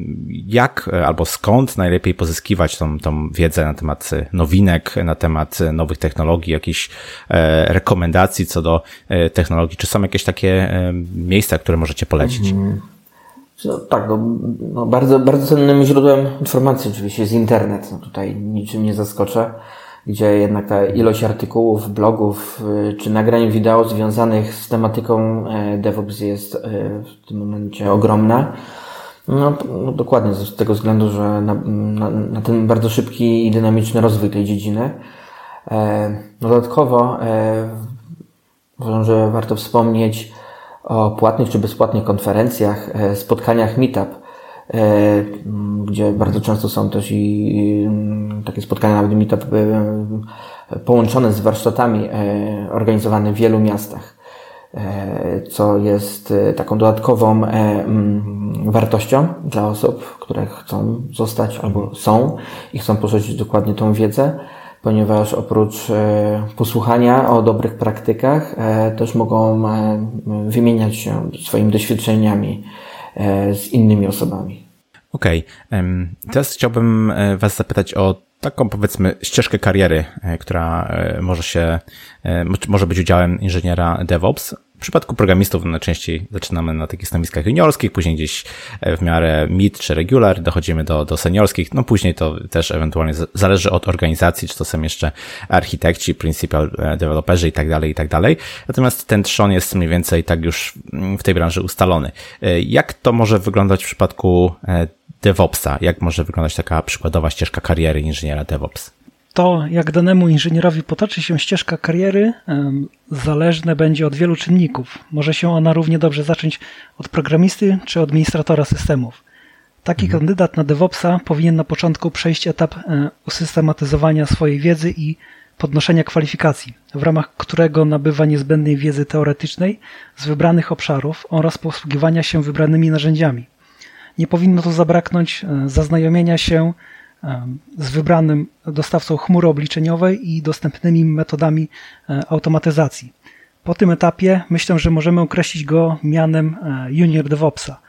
jak albo skąd najlepiej pozyskiwać tą, tą wiedzę na temat nowinek, na temat nowych technologii, jakichś rekomendacji co do technologii. Czy są jakieś takie miejsca, które możecie polecić? Mhm. No, tak, no, no bardzo, bardzo cennym źródłem informacji oczywiście jest internet. No, tutaj niczym nie zaskoczę, gdzie jednak ta ilość artykułów, blogów czy nagrań wideo związanych z tematyką DevOps jest w tym momencie ogromna. No, no dokładnie z tego względu, że na, na, na ten bardzo szybki i dynamiczny rozwój tej dziedziny. Dodatkowo uważam, że warto wspomnieć o płatnych czy bezpłatnych konferencjach, spotkaniach Meetup, gdzie bardzo często są też i takie spotkania, nawet Meetup połączone z warsztatami organizowane w wielu miastach, co jest taką dodatkową wartością dla osób, które chcą zostać albo są i chcą poszerzyć dokładnie tą wiedzę, ponieważ oprócz posłuchania o dobrych praktykach też mogą wymieniać się swoimi doświadczeniami z innymi osobami. Okej. Okay. Teraz chciałbym was zapytać o taką, powiedzmy, ścieżkę kariery, która może się, może być udziałem inżyniera DevOps. W przypadku programistów najczęściej zaczynamy na takich stanowiskach juniorskich, później gdzieś w miarę mid czy regular dochodzimy do, do seniorskich, no później to też ewentualnie zależy od organizacji, czy to są jeszcze architekci, principal developerzy i tak dalej, i tak dalej. Natomiast ten trzon jest mniej więcej tak już w tej branży ustalony. Jak to może wyglądać w przypadku DevOpsa? Jak może wyglądać taka przykładowa ścieżka kariery inżyniera DevOps? To, jak danemu inżynierowi potoczy się ścieżka kariery, zależne będzie od wielu czynników. Może się ona równie dobrze zacząć od programisty czy administratora systemów. Taki mhm. kandydat na DevOpsa powinien na początku przejść etap usystematyzowania swojej wiedzy i podnoszenia kwalifikacji, w ramach którego nabywa niezbędnej wiedzy teoretycznej z wybranych obszarów oraz posługiwania się wybranymi narzędziami. Nie powinno tu zabraknąć zaznajomienia się z wybranym dostawcą chmury obliczeniowej i dostępnymi metodami automatyzacji. Po tym etapie myślę, że możemy określić go mianem junior DevOpsa.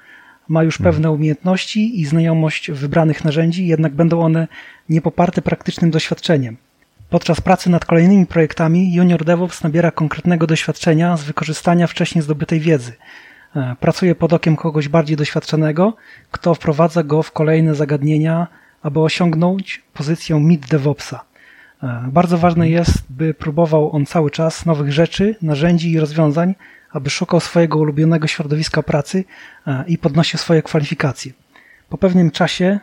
ma już pewne umiejętności i znajomość wybranych narzędzi, jednak będą one niepoparte praktycznym doświadczeniem. Podczas pracy nad kolejnymi projektami Junior DevOps nabiera konkretnego doświadczenia z wykorzystania wcześniej zdobytej wiedzy. Pracuje pod okiem kogoś bardziej doświadczonego, kto wprowadza go w kolejne zagadnienia, aby osiągnąć pozycję Mid DevOpsa. Bardzo ważne jest, by próbował on cały czas nowych rzeczy, narzędzi i rozwiązań, aby szukał swojego ulubionego środowiska pracy i podnosił swoje kwalifikacje. Po pewnym czasie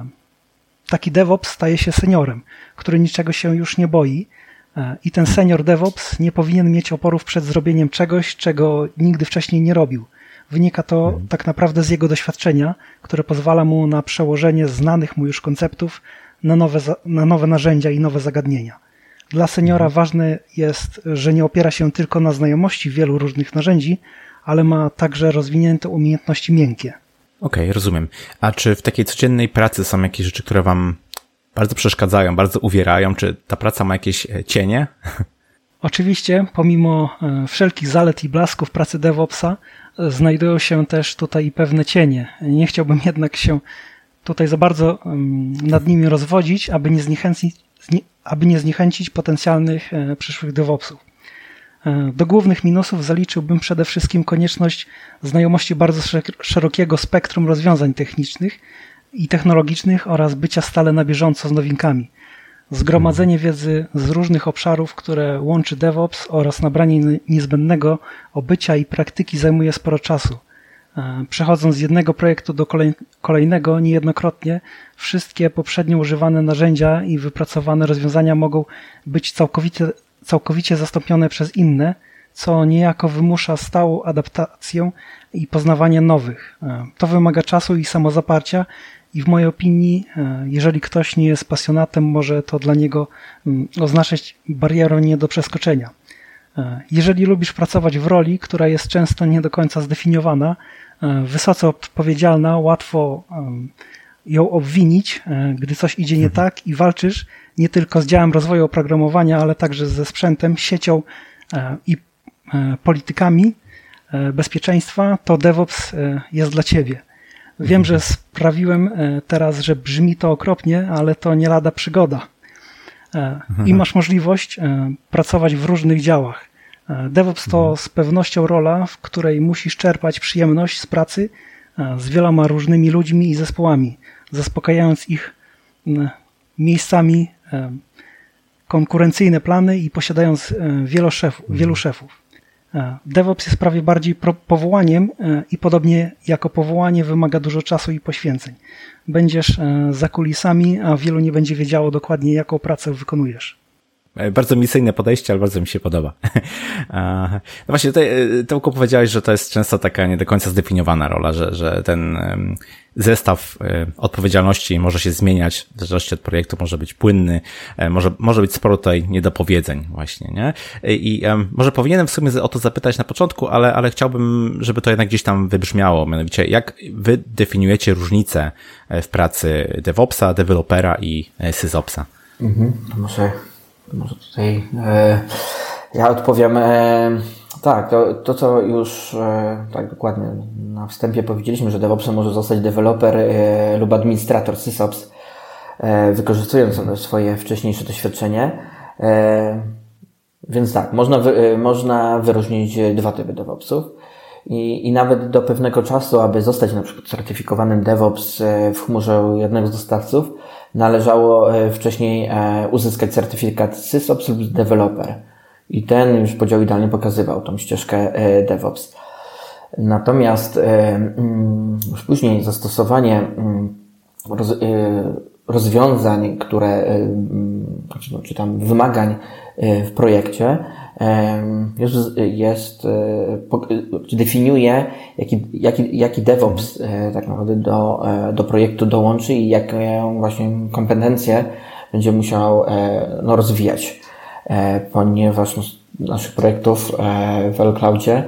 taki DevOps staje się seniorem, który niczego się już nie boi i ten senior DevOps nie powinien mieć oporów przed zrobieniem czegoś, czego nigdy wcześniej nie robił. Wynika to tak naprawdę z jego doświadczenia, które pozwala mu na przełożenie znanych mu już konceptów na nowe, na nowe narzędzia i nowe zagadnienia. Dla seniora ważne jest, że nie opiera się tylko na znajomości wielu różnych narzędzi, ale ma także rozwinięte umiejętności miękkie. Okej, okay, rozumiem. A czy w takiej codziennej pracy są jakieś rzeczy, które wam bardzo przeszkadzają, bardzo uwierają? Czy ta praca ma jakieś cienie? Oczywiście, pomimo wszelkich zalet i blasków pracy DevOpsa, znajdują się też tutaj pewne cienie. Nie chciałbym jednak się tutaj za bardzo nad nimi rozwodzić, aby nie zniechęcić, aby nie zniechęcić potencjalnych przyszłych DevOpsów. Do głównych minusów zaliczyłbym przede wszystkim konieczność znajomości bardzo szerokiego spektrum rozwiązań technicznych i technologicznych oraz bycia stale na bieżąco z nowinkami. Zgromadzenie wiedzy z różnych obszarów, które łączy DevOps oraz nabranie niezbędnego obycia i praktyki zajmuje sporo czasu. Przechodząc z jednego projektu do kolejnego niejednokrotnie, wszystkie poprzednio używane narzędzia i wypracowane rozwiązania mogą być całkowicie, całkowicie zastąpione przez inne, co niejako wymusza stałą adaptację i poznawanie nowych. To wymaga czasu i samozaparcia i w mojej opinii, jeżeli ktoś nie jest pasjonatem, może to dla niego oznaczać barierę nie do przeskoczenia. Jeżeli lubisz pracować w roli, która jest często nie do końca zdefiniowana, wysoce odpowiedzialna, łatwo ją obwinić, gdy coś idzie nie tak i walczysz nie tylko z działem rozwoju oprogramowania, ale także ze sprzętem, siecią i politykami bezpieczeństwa, to DevOps jest dla ciebie. Wiem, że sprawiłem teraz, że brzmi to okropnie, ale to nie lada przygoda. I masz możliwość pracować w różnych działach. DevOps to z pewnością rola, w której musisz czerpać przyjemność z pracy z wieloma różnymi ludźmi i zespołami, zaspokajając ich miejscami konkurencyjne plany i posiadając wielu szefów. Wielu szefów. DevOps jest prawie bardziej powołaniem i podobnie jako powołanie wymaga dużo czasu i poświęceń. Będziesz za kulisami, a wielu nie będzie wiedziało dokładnie, jaką pracę wykonujesz. Bardzo misyjne podejście, ale bardzo mi się podoba. No właśnie, tutaj Tomku powiedziałeś, że to jest często taka nie do końca zdefiniowana rola, że, że ten zestaw odpowiedzialności może się zmieniać, w zależności od projektu, może być płynny, może, może być sporo tutaj niedopowiedzeń właśnie, nie? I um, może powinienem w sumie o to zapytać na początku, ale, ale chciałbym, żeby to jednak gdzieś tam wybrzmiało, mianowicie jak wy definiujecie różnice w pracy DevOpsa, dewelopera i SysOpsa? Mhm, może... Może tutaj e, ja odpowiem. E, tak, to, to co już e, tak dokładnie na wstępie powiedzieliśmy, że DevOpsem może zostać deweloper e, lub administrator SysOps, e, wykorzystując swoje wcześniejsze doświadczenie. E, więc tak, można, wy, e, można wyróżnić dwa typy DevOpsów. I, I nawet do pewnego czasu, aby zostać na przykład certyfikowanym DevOps w chmurze jednego z dostawców, należało wcześniej uzyskać certyfikat SysOps lub Developer. I ten już podział idealnie pokazywał tą ścieżkę DevOps. Natomiast już później zastosowanie roz, rozwiązań, które, czy tam wymagań w projekcie jest, jest definiuje, jaki, jaki, jaki DevOps tak naprawdę do, do projektu dołączy i jaką właśnie kompetencje będzie musiał no, rozwijać, ponieważ no, naszych projektów w L-Cloudzie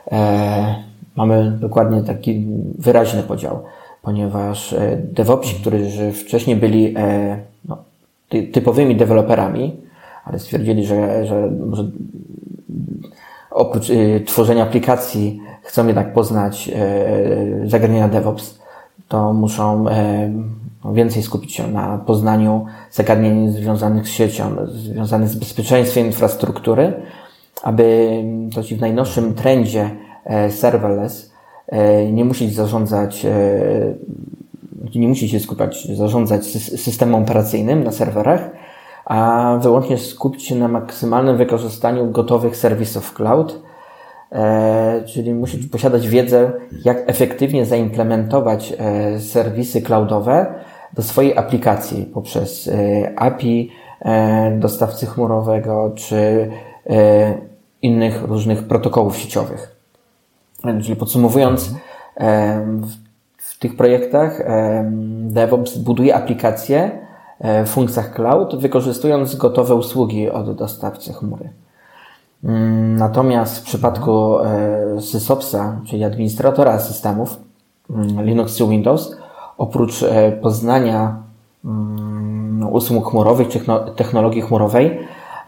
mamy dokładnie taki wyraźny podział, ponieważ DevOpsi, którzy wcześniej byli no, typowymi deweloperami, ale stwierdzili, że, że może oprócz y, tworzenia aplikacji chcą jednak poznać zagadnienia DevOps, to muszą więcej skupić się na poznaniu zagadnień związanych z siecią, związanych z bezpieczeństwem infrastruktury, aby to ci w najnowszym trendzie serverless nie musieć zarządzać, nie musi się skupiać, zarządzać systemem operacyjnym na serwerach, a wyłącznie skupić się na maksymalnym wykorzystaniu gotowych serwisów cloud, czyli musisz posiadać wiedzę, jak efektywnie zaimplementować serwisy cloudowe do swojej aplikacji poprzez A P I dostawcy chmurowego czy innych różnych protokołów sieciowych. Czyli podsumowując, w tych projektach DevOps buduje aplikacje w funkcjach cloud, wykorzystując gotowe usługi od dostawcy chmury. Natomiast w przypadku SysOpsa, czyli administratora systemów Linux czy Windows, oprócz poznania usług chmurowych czy technologii chmurowej,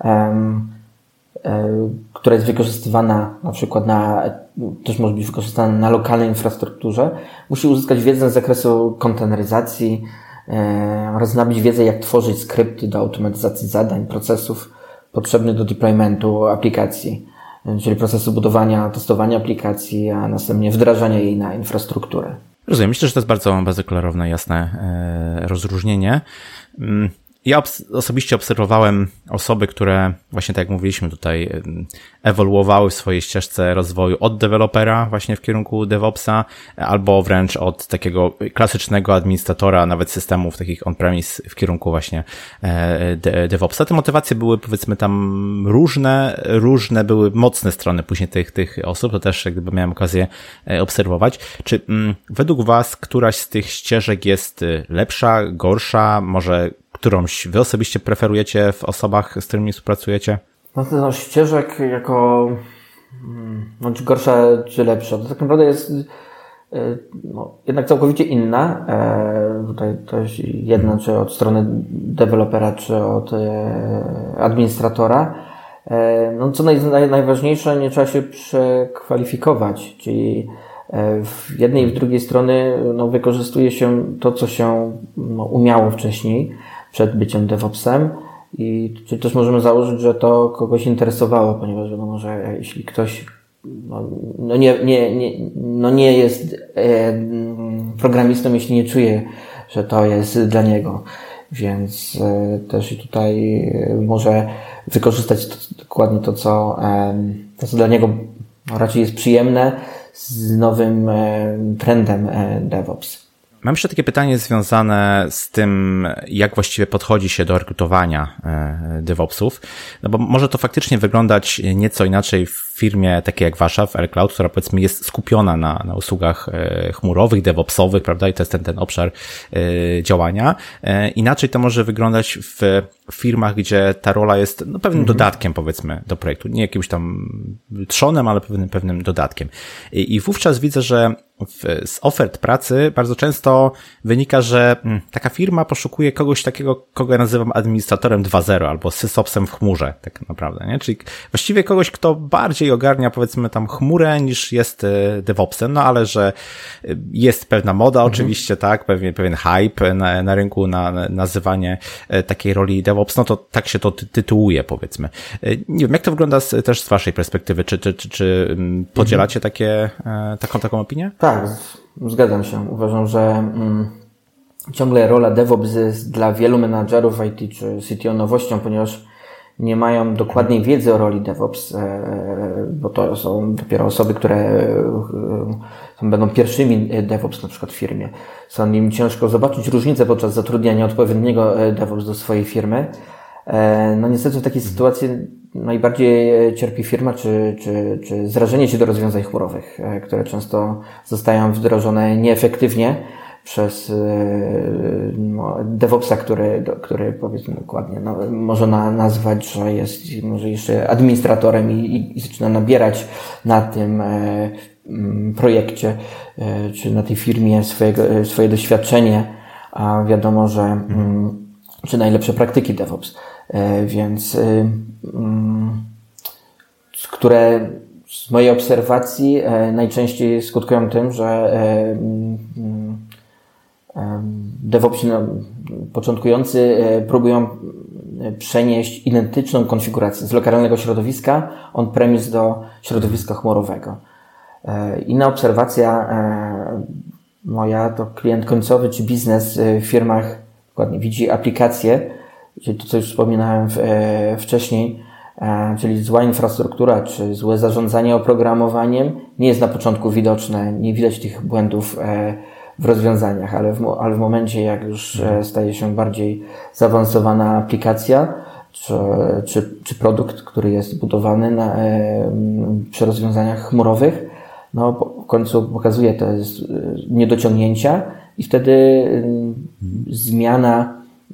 która jest wykorzystywana na przykład na, też może być wykorzystana na lokalnej infrastrukturze, musi uzyskać wiedzę z zakresu konteneryzacji oraz nabyć wiedzę, jak tworzyć skrypty do automatyzacji zadań, procesów potrzebnych do deploymentu aplikacji, czyli procesu budowania, testowania aplikacji, a następnie wdrażania jej na infrastrukturę. Rozumiem. Myślę, że to jest bardzo, bardzo klarowne, jasne rozróżnienie. Ja osobiście obserwowałem osoby, które właśnie tak jak mówiliśmy tutaj ewoluowały w swojej ścieżce rozwoju od dewelopera właśnie w kierunku DevOpsa albo wręcz od takiego klasycznego administratora nawet systemów takich on-premise w kierunku właśnie DevOpsa. Te motywacje były powiedzmy tam różne, różne były mocne strony później tych, tych osób, to też jak gdyby miałem okazję obserwować. Czy mm, według Was któraś z tych ścieżek jest lepsza, gorsza, może którąś wy osobiście preferujecie w osobach, z którymi współpracujecie? No to no, ścieżek jako no, czy gorsza, czy lepsza, to tak naprawdę jest no, jednak całkowicie inna. E, tutaj to jest jedna, czy od strony dewelopera, czy od e, administratora. E, no co naj, naj, najważniejsze, nie trzeba się przekwalifikować, czyli e, w jednej i w drugiej strony no, wykorzystuje się to, co się no, umiało wcześniej przed byciem DevOpsem i czy też możemy założyć, że to kogoś interesowało, ponieważ wiadomo, że jeśli ktoś no, no nie, nie, nie, no nie jest e, programistą, jeśli nie czuje, że to jest dla niego, więc e, też tutaj może wykorzystać to, dokładnie to, co, e, to, co dla niego raczej jest przyjemne z nowym e, trendem e, DevOps. Mam jeszcze takie pytanie związane z tym, jak właściwie podchodzi się do rekrutowania DevOpsów, no bo może to faktycznie wyglądać nieco inaczej w firmie takiej jak wasza, w AirCloud, która powiedzmy jest skupiona na, na usługach chmurowych, DevOpsowych, prawda, i to jest ten, ten obszar działania. Inaczej to może wyglądać w firmach, gdzie ta rola jest no, pewnym mhm. dodatkiem, powiedzmy, do projektu. Nie jakimś tam trzonem, ale pewnym, pewnym dodatkiem. I, i wówczas widzę, że w, z ofert pracy bardzo często wynika, że m, taka firma poszukuje kogoś takiego, kogo ja nazywam administratorem dwa zero albo sysopsem w chmurze, tak naprawdę, nie? Czyli właściwie kogoś, kto bardziej ogarnia, powiedzmy, tam chmurę niż jest y, DevOpsem, no ale że jest pewna moda mhm. oczywiście, tak, pewien, pewien hype na, na rynku na, na nazywanie y, takiej roli DevOps, no to tak się to ty, tytułuje, powiedzmy. Y, nie wiem, jak to wygląda z, też z waszej perspektywy? Czy, czy, czy, czy podzielacie mhm. takie, y, taką, taką opinię? Tak, zgadzam się. Uważam, że mm, ciągle rola DevOps jest dla wielu menadżerów I T czy C T O nowością, ponieważ nie mają dokładnej wiedzy o roli DevOps, e, bo to są dopiero osoby, które e, będą pierwszymi DevOps na przykład w firmie. Są im ciężko zobaczyć różnicę podczas zatrudniania odpowiedniego DevOps do swojej firmy. E, no niestety w takiej sytuacji najbardziej cierpi firma, czy, czy, czy zrażenie się do rozwiązań chmurowych, e, które często zostają wdrożone nieefektywnie przez no, DevOpsa, który, który powiedzmy dokładnie, no, można nazwać, że jest może jeszcze administratorem i, i, i zaczyna nabierać na tym e, projekcie e, czy na tej firmie swojego, swoje doświadczenie, a wiadomo, że mm, czy najlepsze praktyki DevOps, e, więc e, mm, które z mojej obserwacji najczęściej skutkują tym, że DevOpsi no, początkujący próbują przenieść identyczną konfigurację z lokalnego środowiska on-premise do środowiska chmurowego. Inna obserwacja moja to klient końcowy czy biznes w firmach dokładnie widzi aplikacje, czyli to, co już wspominałem wcześniej, czyli zła infrastruktura czy złe zarządzanie oprogramowaniem nie jest na początku widoczne, nie widać tych błędów w rozwiązaniach, ale w, ale w momencie, jak już staje się bardziej zaawansowana aplikacja czy, czy, czy produkt, który jest budowany na, przy rozwiązaniach chmurowych, no w końcu pokazuje to jest niedociągnięcia i wtedy zmiana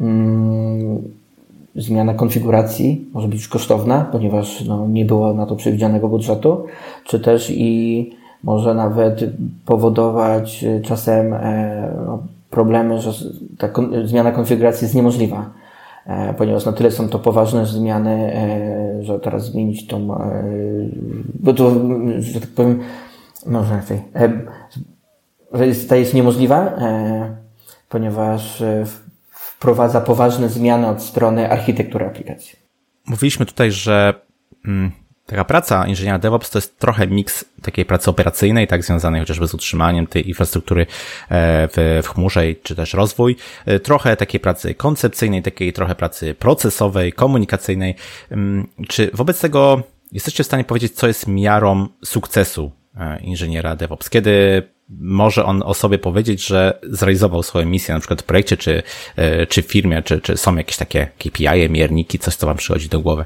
zmiana konfiguracji może być kosztowna, ponieważ no, nie było na to przewidzianego budżetu, czy też i może nawet powodować czasem no, problemy, że ta kon- zmiana konfiguracji jest niemożliwa, e, ponieważ na tyle są to poważne zmiany, e, że teraz zmienić tą, e, bo to, że tak powiem, może raczej, e, że jest, ta jest niemożliwa, e, ponieważ e, wprowadza poważne zmiany od strony architektury aplikacji. Mówiliśmy tutaj, że mm, taka praca inżyniera DevOps to jest trochę miks takiej pracy operacyjnej, tak, związanej chociażby z utrzymaniem tej infrastruktury w, w chmurze, czy też rozwój, trochę takiej pracy koncepcyjnej, takiej trochę pracy procesowej, komunikacyjnej. Czy wobec tego jesteście w stanie powiedzieć, co jest miarą sukcesu inżyniera DevOps? Kiedy może on o sobie powiedzieć, że zrealizował swoją misję, na przykład w projekcie, czy, czy w firmie, czy, czy są jakieś takie K P I, mierniki, coś, co wam przychodzi do głowy?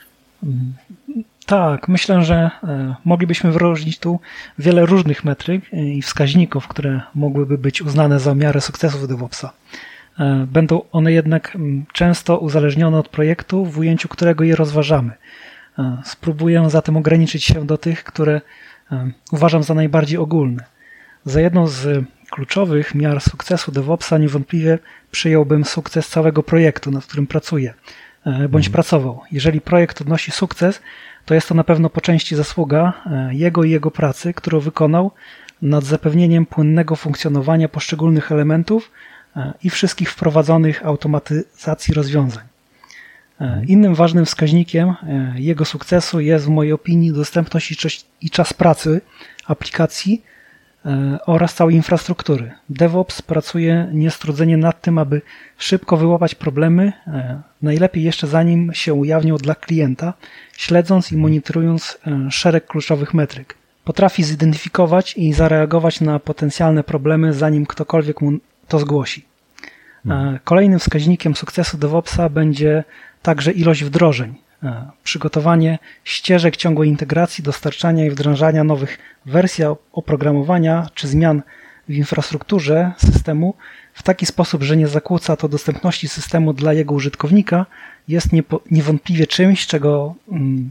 Tak, myślę, że moglibyśmy wyróżnić tu wiele różnych metryk i wskaźników, które mogłyby być uznane za miarę sukcesów DevOpsa. Będą one jednak często uzależnione od projektu, w ujęciu którego je rozważamy. Spróbuję zatem ograniczyć się do tych, które uważam za najbardziej ogólne. Za jedną z kluczowych miar sukcesu DevOpsa niewątpliwie przyjąłbym sukces całego projektu, nad którym pracuję, bądź pracował. Jeżeli projekt odnosi sukces, to jest to na pewno po części zasługa jego i jego pracy, którą wykonał nad zapewnieniem płynnego funkcjonowania poszczególnych elementów i wszystkich wprowadzonych automatyzacji rozwiązań. Innym ważnym wskaźnikiem jego sukcesu jest w mojej opinii dostępność i czas pracy aplikacji oraz całej infrastruktury. DevOps pracuje niestrudzenie nad tym, aby szybko wyłapać problemy, najlepiej jeszcze zanim się ujawnią dla klienta, śledząc i monitorując szereg kluczowych metryk. Potrafi zidentyfikować i zareagować na potencjalne problemy, zanim ktokolwiek mu to zgłosi. Kolejnym wskaźnikiem sukcesu DevOpsa będzie także ilość wdrożeń. Przygotowanie ścieżek ciągłej integracji, dostarczania i wdrażania nowych wersji oprogramowania czy zmian w infrastrukturze systemu w taki sposób, że nie zakłóca to dostępności systemu dla jego użytkownika, jest niepo, niewątpliwie czymś, czego mm,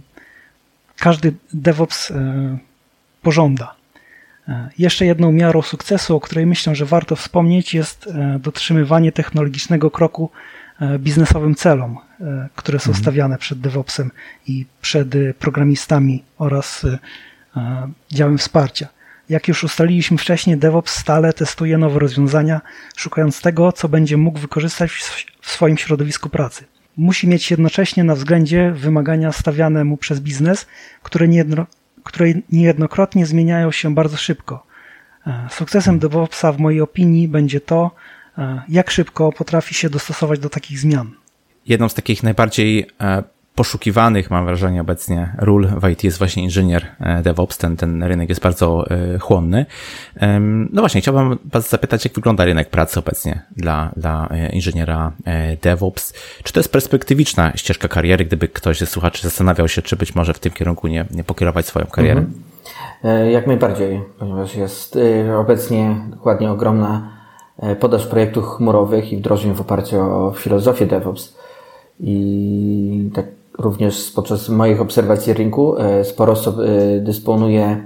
każdy DevOps e, pożąda. E, jeszcze jedną miarą sukcesu, o której myślę, że warto wspomnieć, jest e, dotrzymywanie technologicznego kroku biznesowym celom, które są mhm. stawiane przed DevOpsem i przed programistami oraz działem wsparcia. Jak już ustaliliśmy wcześniej, DevOps stale testuje nowe rozwiązania, szukając tego, co będzie mógł wykorzystać w swoim środowisku pracy. Musi mieć jednocześnie na względzie wymagania stawiane mu przez biznes, które, niejedno, które niejednokrotnie zmieniają się bardzo szybko. Sukcesem DevOpsa w mojej opinii będzie to, jak szybko potrafi się dostosować do takich zmian. Jedną z takich najbardziej poszukiwanych, mam wrażenie, obecnie ról w I T jest właśnie inżynier DevOps. Ten, ten rynek jest bardzo chłonny. No właśnie, chciałbym was zapytać, jak wygląda rynek pracy obecnie dla, dla inżyniera DevOps. Czy to jest perspektywiczna ścieżka kariery, gdyby ktoś ze słuchaczy zastanawiał się, czy być może w tym kierunku nie, nie pokierować swoją karierę? Mhm. Jak najbardziej, ponieważ jest obecnie dokładnie ogromna podaż projektów chmurowych i wdrożeń w oparciu o filozofię DevOps. I tak również podczas moich obserwacji rynku sporo osób dysponuje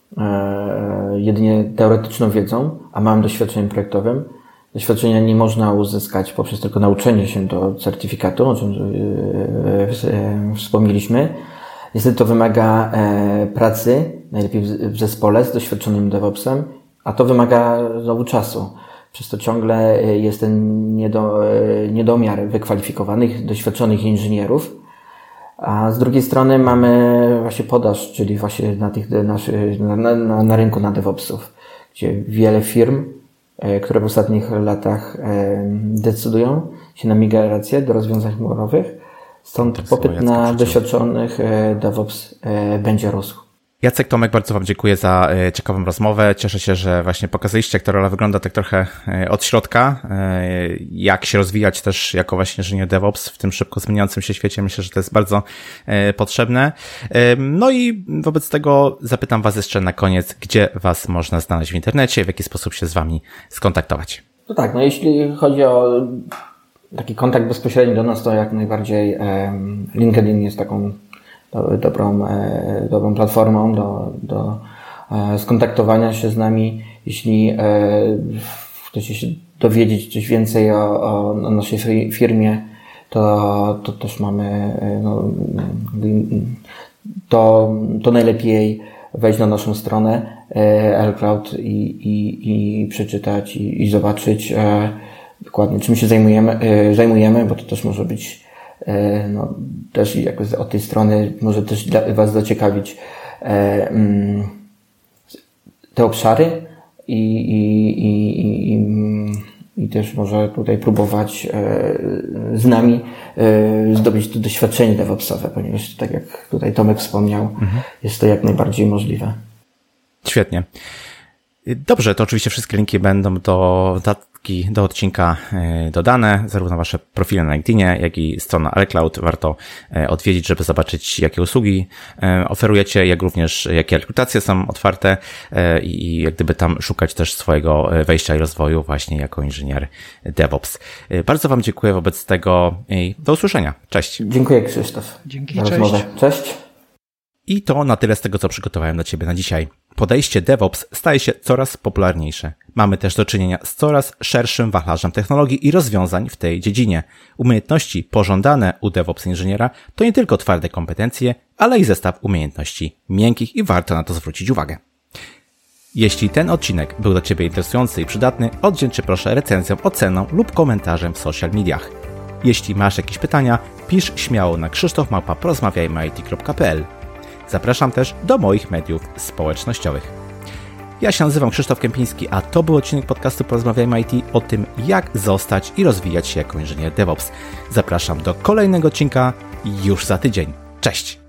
jedynie teoretyczną wiedzą, a małym doświadczeniem projektowym. Doświadczenia nie można uzyskać poprzez tylko nauczenie się do certyfikatu, o czym wspomnieliśmy. Niestety to wymaga e, pracy, najlepiej w, w zespole z doświadczonym DevOpsem, a to wymaga znowu czasu. Przez to ciągle jest ten niedo, niedomiar wykwalifikowanych, doświadczonych inżynierów. A z drugiej strony mamy właśnie podaż, czyli właśnie na, tych, naszych, na, na, na rynku na DevOpsów, gdzie wiele firm, które w ostatnich latach decydują się na migrację do rozwiązań chmurowych, stąd tak popyt na doświadczonych DevOps będzie rósł. Jacek, Tomek, bardzo Wam dziękuję za ciekawą rozmowę. Cieszę się, że właśnie pokazaliście, jak ta rola wygląda tak trochę od środka, jak się rozwijać też jako właśnie inżynier DevOps w tym szybko zmieniającym się świecie. Myślę, że to jest bardzo potrzebne. No i wobec tego zapytam Was jeszcze na koniec, gdzie Was można znaleźć w internecie, w jaki sposób się z Wami skontaktować. No tak, no jeśli chodzi o taki kontakt bezpośredni do nas, to jak najbardziej LinkedIn jest taką dobrą, dobrą platformą do, do skontaktowania się z nami. Jeśli chcecie się dowiedzieć coś więcej o, o naszej firmie, to, to też mamy no, to, to najlepiej wejść na naszą stronę L-Cloud i, i, i przeczytać i, i zobaczyć dokładnie, czym się zajmujemy, zajmujemy, bo to też może być no, też jakoś od tej strony może też Was zaciekawić te obszary i, i, i, i, i też może tutaj próbować z nami zdobyć to doświadczenie DevOpsowe, ponieważ tak jak tutaj Tomek wspomniał, mhm. jest to jak najbardziej możliwe. Świetnie. Dobrze, to oczywiście wszystkie linki będą do do odcinka dodane, zarówno Wasze profile na LinkedInie, jak i strona L-Cloud warto odwiedzić, żeby zobaczyć, jakie usługi oferujecie, jak również jakie rekrutacje są otwarte i jak gdyby tam szukać też swojego wejścia i rozwoju właśnie jako inżynier DevOps. Bardzo Wam dziękuję wobec tego i do usłyszenia. Cześć. Dziękuję, Krzysztof. Dzięki, cześć. Rozmowę. Cześć. I to na tyle z tego, co przygotowałem dla Ciebie na dzisiaj. Podejście DevOps staje się coraz popularniejsze. Mamy też do czynienia z coraz szerszym wachlarzem technologii i rozwiązań w tej dziedzinie. Umiejętności pożądane u DevOps inżyniera to nie tylko twarde kompetencje, ale i zestaw umiejętności miękkich i warto na to zwrócić uwagę. Jeśli ten odcinek był dla Ciebie interesujący i przydatny, oddzięcz się proszę recenzją, oceną lub komentarzem w social mediach. Jeśli masz jakieś pytania, pisz śmiało na krzysztof małpa porozmawiajmy i t kropka p l. Zapraszam też do moich mediów społecznościowych. Ja się nazywam Krzysztof Kępiński, a to był odcinek podcastu Porozmawiajmy I T o tym, jak zostać i rozwijać się jako inżynier DevOps. Zapraszam do kolejnego odcinka już za tydzień. Cześć!